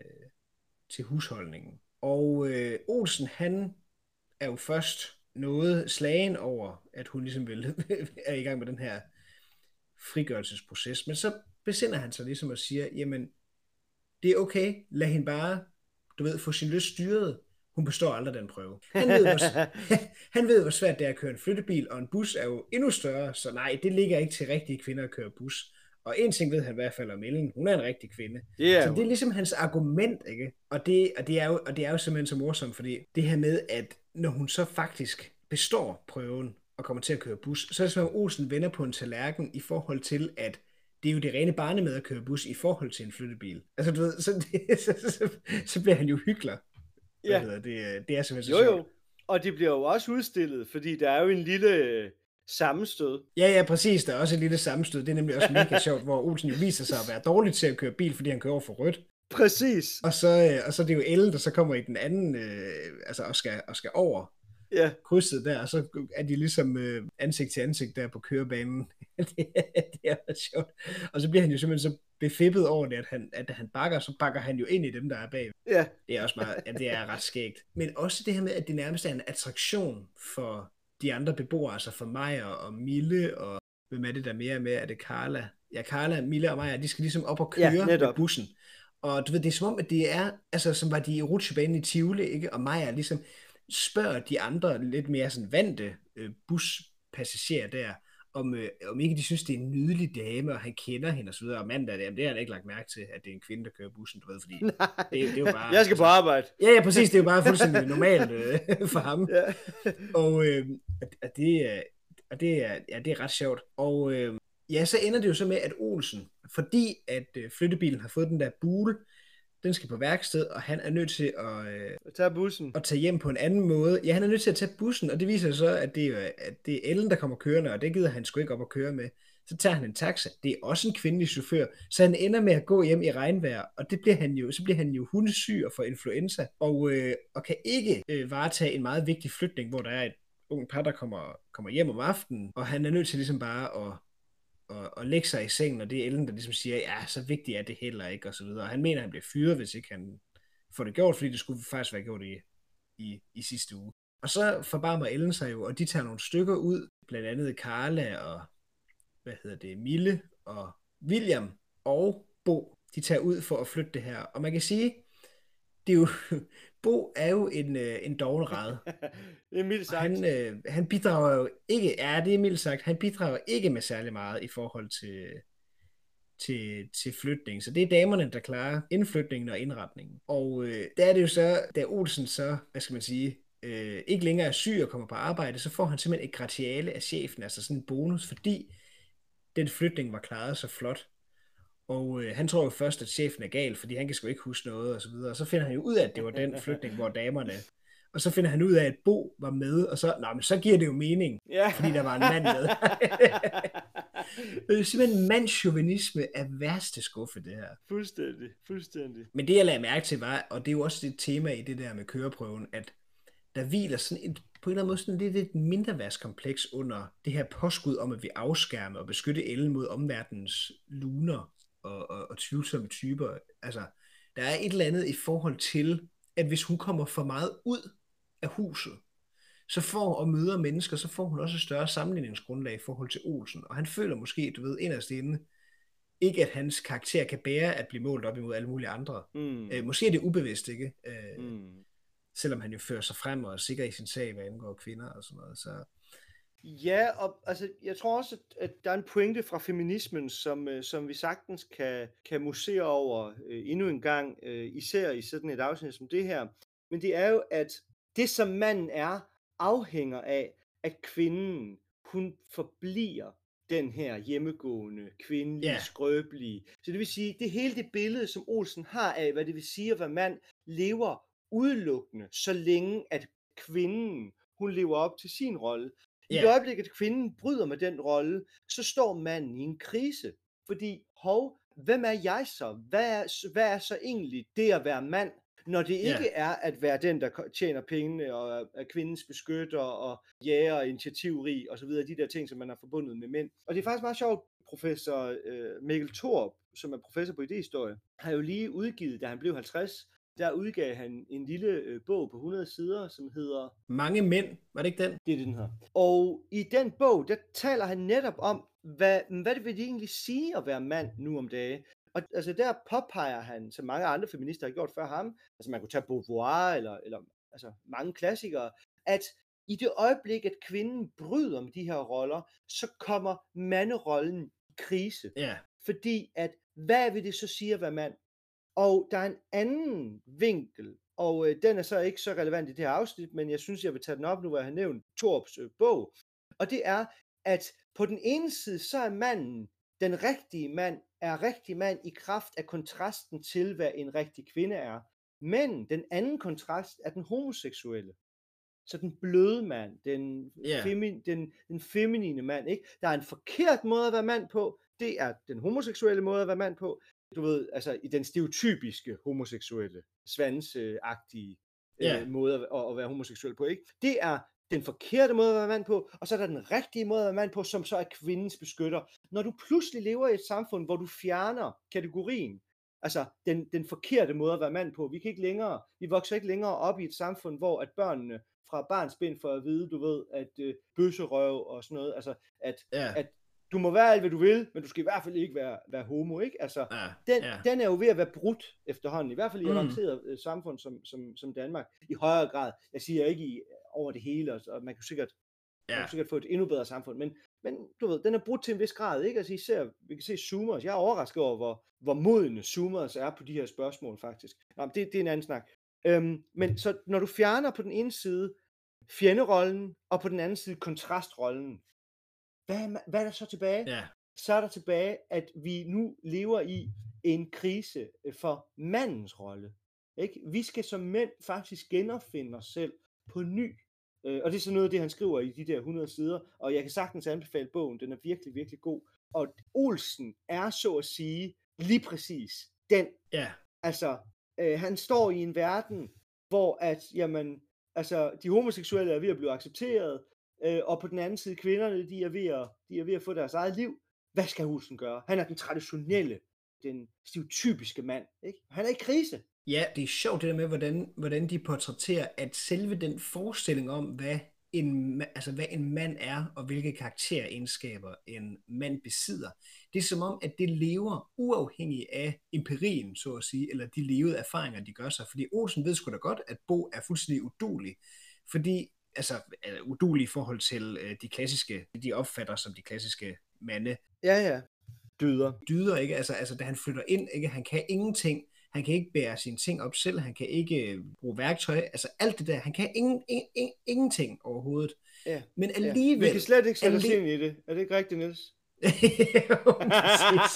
til husholdningen. Og øh, Olsen, han er jo først noget slagen over, at hun ligesom vil, er i gang med den her frigørelsesproces, men så besinder han sig ligesom og siger, jamen, det er okay, lad hende bare, du ved, få sin lyst styret. Hun består aldrig den prøve. Han ved, hvor, han ved, hvor svært det er at køre en flyttebil, og en bus er jo endnu større, så nej, det ligger ikke til rigtige kvinder at køre bus. Og en ting ved han i hvert fald om Ellen, hun er en rigtig kvinde. Yeah. Så det er ligesom hans argument, ikke? Og det, og, det er jo, og det er jo simpelthen så morsomt, fordi det her med, at når hun så faktisk består prøven og kommer til at køre bus, så er det som om Olsen vender på en tallerken i forhold til, at det er jo det rene barne med at køre bus i forhold til en flyttebil. Altså du ved, så, det, så, så, så, så bliver han jo hyggelig. Ja. Yeah. Det, det er simpelthen så jo, jo. Og det bliver jo også udstillet, fordi der er jo en lille sammenstød. Ja, ja, præcis. Der er også et lille sammenstød. Det er nemlig også mega sjovt, hvor Olsen jo viser sig at være dårlig til at køre bil, fordi han kører over for rødt. Præcis. Og så, og så er det jo Elle, der så kommer i den anden, øh, altså og skal, og skal over ja. krydset der, og så er de ligesom øh, ansigt til ansigt der på kørebanen. det, det er ret sjovt. Og så bliver han jo simpelthen så befippet over det, at han, at han bakker, så bakker han jo ind i dem, der er bag. Ja. Det er også meget, ja, det er ret skægt. Men også det her med, at det nærmest er en attraktion for de andre beboere, altså for Maja og Mille, og hvem er det der mere med, er det Carla? Ja, Carla, Mille og Maja, de skal ligesom op og køre ja, med bussen. Og du ved, det er som om, at det er, altså som var de i rutsjebanen i Tivoli, ikke? Og Maja ligesom spørger de andre lidt mere sådan vante øh, buspassagerer der, om, øh, om ikke de synes, det er en nydelig dame, og han kender hende og så videre, og mandag, det, det har han ikke lagt mærke til, at det er en kvinde, der kører bussen, du ved, fordi det, det er jo bare... Jeg skal på arbejde. Ja, ja, præcis, det er jo bare fuldstændig normalt øh, for ham. Ja. Og, øh, og det er, og det er, ja, det er ret sjovt. Og øh, Ja, så ender det jo så med, at Olsen, fordi at øh, flyttebilen har fået den der bule, den skal på værksted, og han er nødt til at, øh, At tage bussen. at tage hjem på en anden måde. Ja, han er nødt til at tage bussen, og det viser sig så, at det, er, at det er Ellen, der kommer kørende, og det gider han sgu ikke op at køre med. Så tager han en taxa. Det er også en kvindelig chauffør, så han ender med at gå hjem i regnvejr, og det bliver han jo, så bliver han jo hundesyg og får influenza, og, øh, og kan ikke øh, varetage en meget vigtig flytning, hvor der er et ung par, der kommer, kommer hjem om aftenen, og han er nødt til ligesom bare at og, og lægge sig i sengen, og det er Ellen, der ligesom siger, ja, så vigtigt er det heller ikke, og så videre. Og han mener, at han bliver fyret, hvis ikke han får det gjort, fordi det skulle faktisk være gjort i, i, i sidste uge. Og så forbarmer Ellen sig jo, og de tager nogle stykker ud, blandt andet Carla og, hvad hedder det, Mille og William og Bo, de tager ud for at flytte det her. Og man kan sige, det er jo, Bo er jo en, en dovenrad. Det er mildt sagt. Han, øh, han bidrager jo ikke, ja, det er mildt sagt, han bidrager ikke med særlig meget i forhold til, til, til flytning. Så det er damerne, der klarer indflytningen og indretningen. Og øh, der er det jo så, da Olsen så, hvad skal man sige, øh, ikke længere er syg og kommer på arbejde, så får han simpelthen et gratiale af chefen, altså sådan en bonus, fordi den flytning var klaret så flot. Og øh, han tror jo først, at chefen er gal, fordi han kan sgu ikke huske noget, og så videre. Og så finder han jo ud af, at det var den flytning, hvor damerne... Og så finder han ud af, at Bo var med, og så, nå, men så giver det jo mening, Ja. fordi der var en mand med. Det er simpelthen mandschauvinisme af værste skuffe, det her. Fuldstændig, fuldstændig. Men det, jeg lagde mærke til, var, og det er jo også det tema i det der med køreprøven, at der hviler sådan et, på en eller anden måde sådan lidt et mindreværdskompleks under det her påskud om, at vi afskærmer og beskytte Ellen mod omverdenens luner og, og, og tvivlsomme typer. Altså, der er et eller andet i forhold til, at hvis hun kommer for meget ud af huset, så får og møder mennesker, så får hun også et større sammenligningsgrundlag i forhold til Olsen. Og han føler måske, du ved, inderst inde, ikke at hans karakter kan bære at blive målt op imod alle mulige andre. Mm. Øh, måske er det ubevidst, ikke? Øh, Mm. Selvom han jo fører sig frem og er sikker i sin sag, hvad angår kvinder og sådan noget. Så... Ja, og altså, jeg tror også, at, at der er en pointe fra feminismen, som, øh, som vi sagtens kan, kan musere over øh, endnu en gang, øh, især i sådan et afsnit som det her. Men det er jo, at det som manden er, afhænger af, at kvinden, hun forbliver den her hjemmegående, kvindelige, Ja. skrøbelige. Så det vil sige, det hele det billede, som Olsen har af, hvad det vil sige at være mand, lever udelukkende, så længe at kvinden, hun lever op til sin rolle. I Ja. det øjeblik, at kvinden bryder med den rolle, så står manden i en krise. Fordi, hov, hvem er jeg så? Hvad er, hvad er så egentlig det at være mand, når det Ja. ikke er at være den, der ko- tjener pengene og er- er kvindens beskytter og jæger og initiativrig og så videre, de der ting, som man har forbundet med mænd. Og det er faktisk meget sjovt, professor øh, Mikkel Thorup, som er professor på idehistorie, har jo lige udgivet, da han blev halvtreds, der udgav han en lille øh, bog på hundrede sider, som hedder Mange mænd, var det ikke den? det er det, den her. Og i den bog, der taler han netop om, hvad, hvad det vil det egentlig sige at være mand nu om dage. Og altså der påpeger han, som mange andre feminister har gjort før ham, altså man kunne tage Beauvoir eller, eller altså mange klassikere, at i det øjeblik, at kvinden bryder med de her roller, så kommer manderollen i krise. Ja. Fordi at, hvad vil det så sige at være mand? Og der er en anden vinkel, og øh, den er så ikke så relevant i det her afsnit, men jeg synes, jeg vil tage den op nu, hvor jeg har nævnt Thorups øh, bog. Og det er, at på den ene side, så er manden, den rigtige mand, er rigtig mand i kraft af kontrasten til, hvad en rigtig kvinde er. Men den anden kontrast er den homoseksuelle. Så den bløde mand, den, Ja. femi, den, den feminine mand, ikke? Der er en forkert måde at være mand på, det er den homoseksuelle måde at være mand på. Du ved, altså i den stereotypiske homoseksuelle, svansagtige øh, Ja. måde at, at være homoseksuel på, ikke? Det er den forkerte måde at være mand på, og så er der den rigtige måde at være mand på, som så er kvindens beskytter. Når du pludselig lever i et samfund, hvor du fjerner kategorien, altså den, den forkerte måde at være mand på, vi kan ikke længere, vi vokser ikke længere op i et samfund, hvor at børnene fra barnsben får at vide, du ved, at øh, bøsserøv og sådan noget, altså at, Ja. at du må være alt, hvad du vil, men du skal i hvert fald ikke være, være homo, ikke? Altså, Ja. den, Ja. den er jo ved at være brudt efterhånden, i hvert fald i et Mm. avanceret øh, samfund som, som, som Danmark, i højere grad. Jeg siger ikke i, over det hele, og, og man kan sikkert, man Ja. kan sikkert få et endnu bedre samfund, men, men du ved, den er brudt til en vis grad, ikke? Altså især, vi kan se zoomers, jeg er overrasket over, hvor, hvor modne zoomers er på de her spørgsmål, faktisk. Nå, men det, det er en anden snak. Øhm, men så når du fjerner på den ene side fjenderollen, og på den anden side kontrastrollen, hvad, er ma- hvad er der så tilbage? Ja. så er der tilbage, at vi nu lever i en krise øh, for mandens rolle. Ikke? Vi skal som mænd faktisk genopfinde os selv på ny. Øh, og det er så noget af det, han skriver i de der hundrede sider, og jeg kan sagtens anbefale bogen, den er virkelig, virkelig god. Og Olsen er så at sige lige præcis den. Ja. Altså, øh, han står i en verden, hvor at, jamen, altså, de homoseksuelle er ved at blive accepteret, øh, og på den anden side, kvinderne, de er, ved at, de er ved at få deres eget liv. Hvad skal Olsen gøre? Han er den traditionelle, den stereotypiske mand. Ikke? Han er i krise. Ja, det er sjovt det der med, hvordan, hvordan de portrætterer, at selve den forestilling om, hvad en, altså hvad en mand er, og hvilke karakteregenskaber en mand besidder, det er som om, at det lever uafhængigt af empirien, så at sige, eller de levede erfaringer, de gør sig. Fordi Olsen ved sgu da godt, at Bo er fuldstændig uduelig, fordi, altså udulig i forhold til øh, de klassiske, de opfatter som de klassiske mande. Ja, ja. Dyder. Dyder, ikke? Altså, altså da han flytter ind, ikke? Han kan ingenting. Han kan ikke bære sine ting op selv, han kan ikke bruge værktøj, altså alt det der, han kan ingen, ingen, ingenting overhovedet. Ja. Men alligevel... Ja. Vi kan slet ikke sætte os alli- ind i det. Er det ikke rigtigt, Niels? jo, præcis.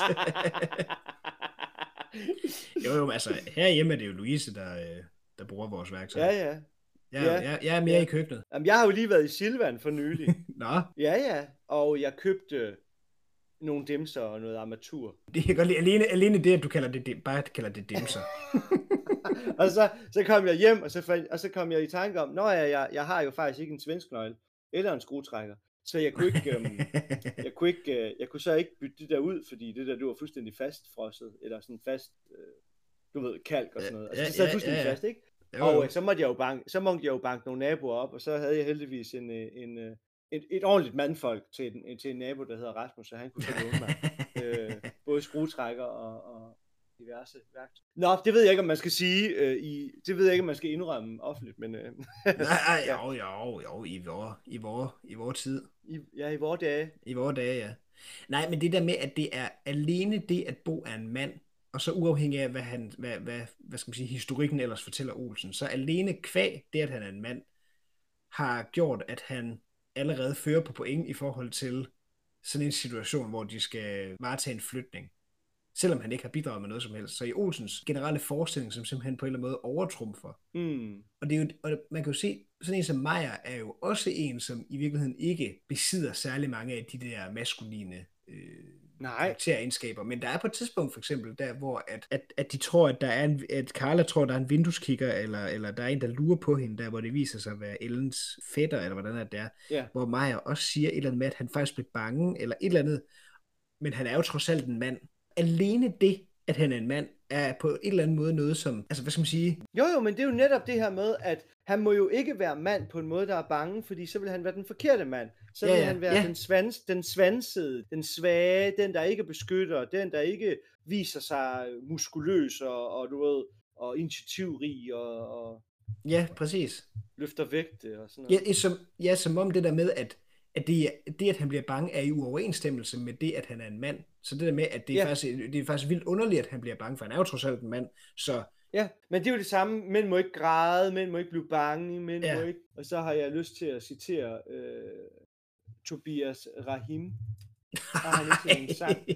jo, jo, altså herhjemme er det jo Louise, der, der bruger vores værktøj. Ja, ja. Jeg, ja. jeg, jeg er mere ja. i køkkenet. Jamen, jeg har jo lige været i Silvan for nylig. Nå. Ja, ja. Og jeg købte nogle dimser og noget armatur. Det kan godt lide. Alene, alene det, at du kalder det, bare kalder det dimser. og så, så kom jeg hjem, og så, fandt, og så kom jeg i tanke om, nå ja, jeg, jeg har jo faktisk ikke en svensk nøgle, eller en skruetrækker. Så jeg kunne ikke, øhm, jeg kunne ikke, øh, jeg kunne så ikke bytte det der ud, fordi det der, det var fuldstændig fastfrosset, eller sådan fast, øh, du ved, kalk og sådan noget. Altså ja, det sad ja, fuldstændig ja, ja. fast, ikke? Jo, og jo. øh, så måtte jeg jo banke, så måtte jeg jo banke nogle naboer op, og så havde jeg heldigvis en, en, en et, et ordentligt mandfolk til en, til en nabo, der hedder Rasmus, så han kunne så låne mig øh, både skruetrækker og, og diverse værktøjer. Nå, det ved jeg ikke, om man skal sige, øh, i, det ved jeg ikke, om man skal indrømme offentligt, men... Øh, Nej, jo, jo, jo, i vor, i vor, i vor tid. I, ja, i vore dage. I vore dage, ja. Nej, men det der med, at det er alene det, at Bo er en mand, og så uafhængig af, hvad, han, hvad, hvad, hvad skal man sige, historikken ellers fortæller Olsen, så alene kvæg, det at han er en mand, har gjort, at han allerede fører på point i forhold til sådan en situation, hvor de skal varetage en flytning, selvom han ikke har bidraget med noget som helst. Så i Olsens generelle forestilling, som simpelthen på en eller anden måde overtrumfer. Mm. Og, det er jo, og man kan jo se, sådan en som Meyer er jo også en, som i virkeligheden ikke besidder særlig mange af de der maskuline øh, karakteregenskaber. Men der er på et tidspunkt for eksempel der, hvor at, at, at de tror, at der er en, at Carla tror, der er en vindueskikker, eller, eller der er en, der lurer på hende, der hvor det viser sig at være Ellens fætter, eller hvordan er det der. Yeah. Hvor Meyer også siger et eller andet med, at han faktisk bliver bange, eller et eller andet. Men han er jo trods alt en mand. Alene det, at han er en mand, er på en eller anden måde noget som, altså hvad skal man sige? Jo jo, men det er jo netop det her med, at han må jo ikke være mand på en måde, der er bange, fordi så vil han være den forkerte mand. Så vil ja, ja, han være ja. den, svans, den svansede, den svage, den der ikke beskytter, den der ikke viser sig muskuløs og, og du ved, og initiativrig og, og ja, præcis. Løfter vægte og sådan noget. Ja, som, ja, som om det der med, at at det, det, at han bliver bange, er i uoverensstemmelse med det, at han er en mand. Så det der med, at det er, ja. faktisk, det er faktisk vildt underligt, at han bliver bange, for han er jo trods alt en mand. Så... Ja, men det er jo det samme. Mænd må ikke græde, mænd må ikke blive bange, mænd ja. må ikke... Og så har jeg lyst til at citere øh, Tobias Rahim. Har han ikke en sang?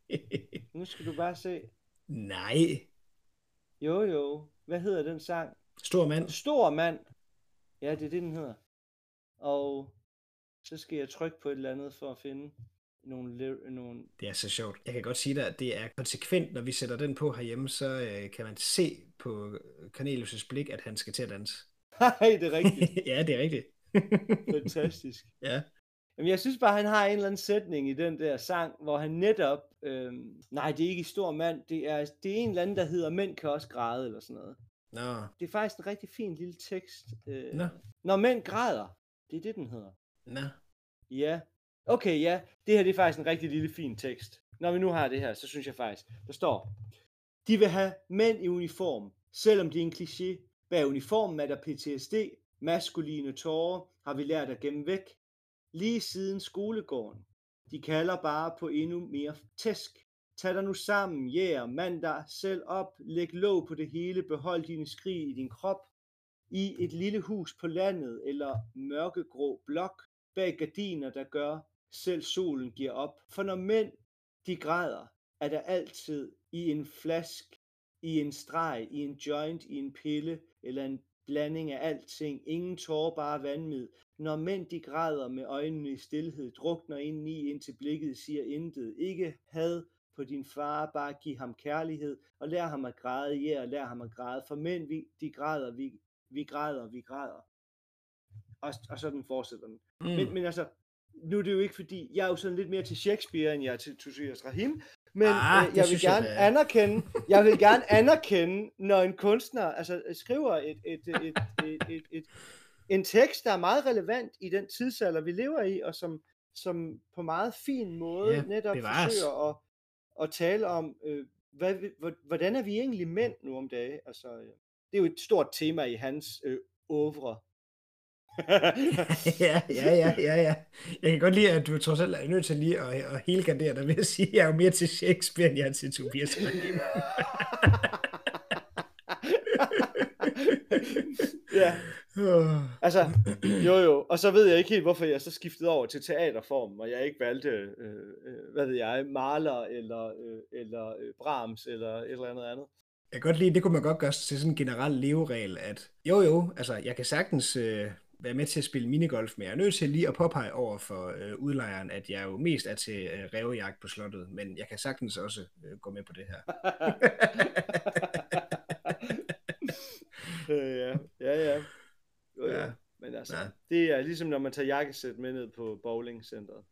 Nu skal du bare se. Nej. Jo, jo. Hvad hedder den sang? Stor mand. Stor mand. Ja, det er det, den hedder. Og... så skal jeg trykke på et eller andet for at finde nogle... nogle... Det er så sjovt. Jeg kan godt sige dig, at det er konsekvent, når vi sætter den på herhjemme, så øh, kan man se på Cornelius' blik, at han skal til at danse. Nej, det er rigtigt. Ja, det er rigtigt. Fantastisk. Ja. Jamen, jeg synes bare, han har en eller anden sætning i den der sang, hvor han netop... Øhm, nej, det er ikke i stor mand. Det er, det er en eller anden, der hedder mænd kan også græde, eller sådan noget. Nå. Det er faktisk en rigtig fin lille tekst. Øh, Nå. Når mænd græder. Det er det, den hedder. Nå. Ja. Okay, ja. Det her det er faktisk en rigtig lille fin tekst. Når vi nu har det her, så synes jeg faktisk, der står: de vil have mænd i uniform, selvom det er en kliché. Bag uniformen er der P T S D, maskuline tårer har vi lært at gemme væk. Lige siden skolegården. De kalder bare på endnu mere tæsk. Tag dig nu sammen, yeah, mand dig selv op, læg låg på det hele, behold dine skrig i din krop. I et lille hus på landet eller mørkegrå blok, bag gardiner, der gør, selv solen giver op. For når mænd de grader, er der altid i en flask, i en streg, i en joint, i en pille, eller en blanding af alting, ingen tårer, bare vandmid. Når mænd de græder med øjnene i stilhed, drukner indeni, indtil blikket siger intet. Ikke had på din far, bare giv ham kærlighed, og lær ham at græde, ja, yeah, og lær ham at græde. For mænd, vi, de græder, vi, vi græder, vi græder. Og, og sådan fortsætter den. Mm. Men, men altså, nu er det jo ikke fordi, jeg er jo sådan lidt mere til Shakespeare, end jeg er til Tobias Rahim, men ah, øh, jeg vil gerne jeg, anerkende, jeg vil gerne anerkende, når en kunstner altså, skriver et, et, et, et, et, et, et, en tekst, der er meget relevant i den tidsalder, vi lever i, og som, som på meget fin måde ja, netop bevares. forsøger at, at tale om, øh, hvad, hvordan er vi egentlig mænd nu om dagen? Altså, det er jo et stort tema i hans øh, oeuvre. ja, ja, ja, ja, ja. Jeg kan godt lide, at du trods alt er nødt til lige at, at helgardere dig ved at sige, at jeg er jo mere til Shakespeare, end jeg er til Tobias Rahim. ja. Altså, jo jo, og så ved jeg ikke helt, hvorfor jeg så skiftede over til teaterformen, og jeg ikke valgte, øh, hvad ved jeg, Mahler, eller, øh, eller øh, Brahms, eller et eller andet andet. Jeg kan godt lide, det kunne man godt gøre til sådan en generel leveregel, at jo jo, altså jeg kan sagtens øh, være med til at spille minigolf, men jeg er nødt til lige at påpege over for øh, udlejeren, at jeg jo mest er til øh, rævejagt på slottet, men jeg kan sagtens også øh, gå med på det her. øh, ja, ja, ja. Jo, ja. ja. Men altså, ja. Det er ligesom når man tager jakkesæt med ned på bowlingcenteret.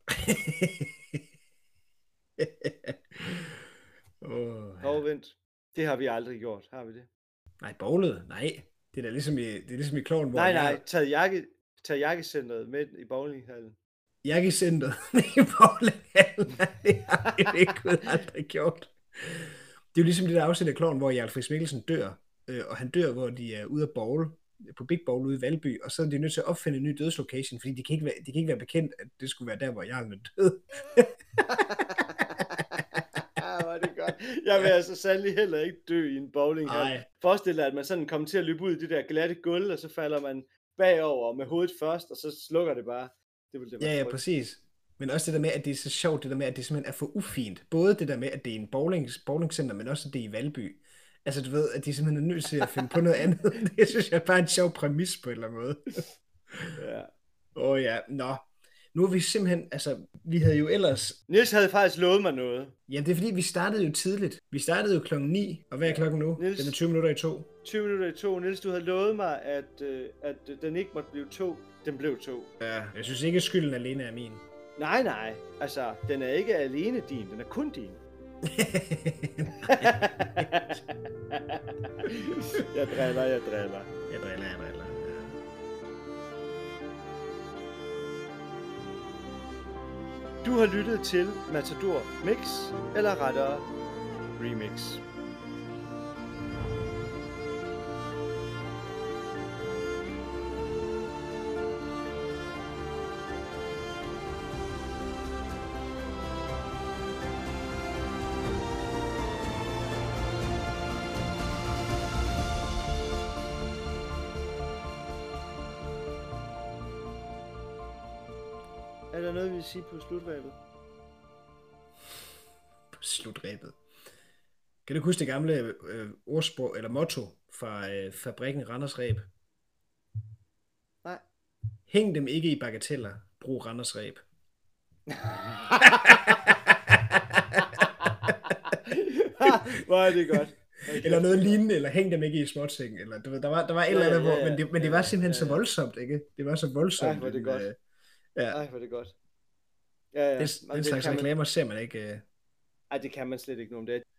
oh, ja. Og vent. Det har vi aldrig gjort, har vi det? Nej, bowlet? Nej. Det er da ligesom i, det er ligesom i Kloven, hvor Nej, nej, jeg... taget jakke, taget jakkecenteret med i bowlinghallen. Jakkecenteret med i bowlinghallen? Det har vi ikke aldrig gjort. Det er jo ligesom det der afsnit af Kloven, hvor Jarl Friis Mikkelsen dør, øh, og han dør, hvor de er ude at bowle, på Big Bowl ude i Valby, og så er de nødt til at opfinde en ny dødslocation, fordi de kan ikke være, de kan ikke være bekendt, at det skulle være der, hvor Jarlen er død. Hvor er det godt. Jeg vil altså sandelig heller ikke dø i en bowlinghal. Forestil dig, at man sådan kommer til at løbe ud i det der glatte gulv, og så falder man bagover med hovedet først, og så slukker det bare. Det vil det være ja, ja, trygt. Præcis. Men også det der med, at det er så sjovt, det der med, at det simpelthen er for ufint. Både det der med, at det er en bowling, bowlingcenter, men også at det er i Valby. Altså du ved, at de simpelthen er nødt til at finde på noget andet. Det synes jeg er bare en sjov præmis på en eller anden måde. Ja. Åh oh, ja, nå. Nu er vi simpelthen, altså, vi havde jo ellers... Niels havde faktisk lovet mig noget. Jamen det er fordi, vi startede jo tidligt. Vi startede jo klokken ni, og hvad er klokken nu? Niels, den er tyve minutter i to. tyve minutter i to. Niels, du havde lovet mig, at, øh, at den ikke måtte blive to. Den blev to. Ja, jeg synes ikke, at skylden alene er min. Nej, nej. Altså, den er ikke alene din, den er kun din. jeg driller, jeg driller. Jeg driller, jeg driller. Ja. Du har lyttet til Matador Mix, eller rettere Remix. Er der noget, vi vil sige på slutræbet? På slutræbet? Kan du huske det gamle øh, ordsprog, eller motto fra øh, fabrikken Randers Ræb? Nej. Hæng dem ikke i bagateller, brug Randers Ræb. Hvor er det godt. Okay. Eller noget lignende, eller hæng dem ikke i småting, eller du ved, der var, der var et eller andet, ja, ja, ja, men, det, men det var simpelthen ja, ja. så voldsomt, ikke? Det var så voldsomt. Ej, hvor er det godt. Øh, ja. Ej, hvor er det godt. Ja, ja. Den, den slags reklamer man... ser man ikke. Øh... Ej, det kan man slet ikke nu om det.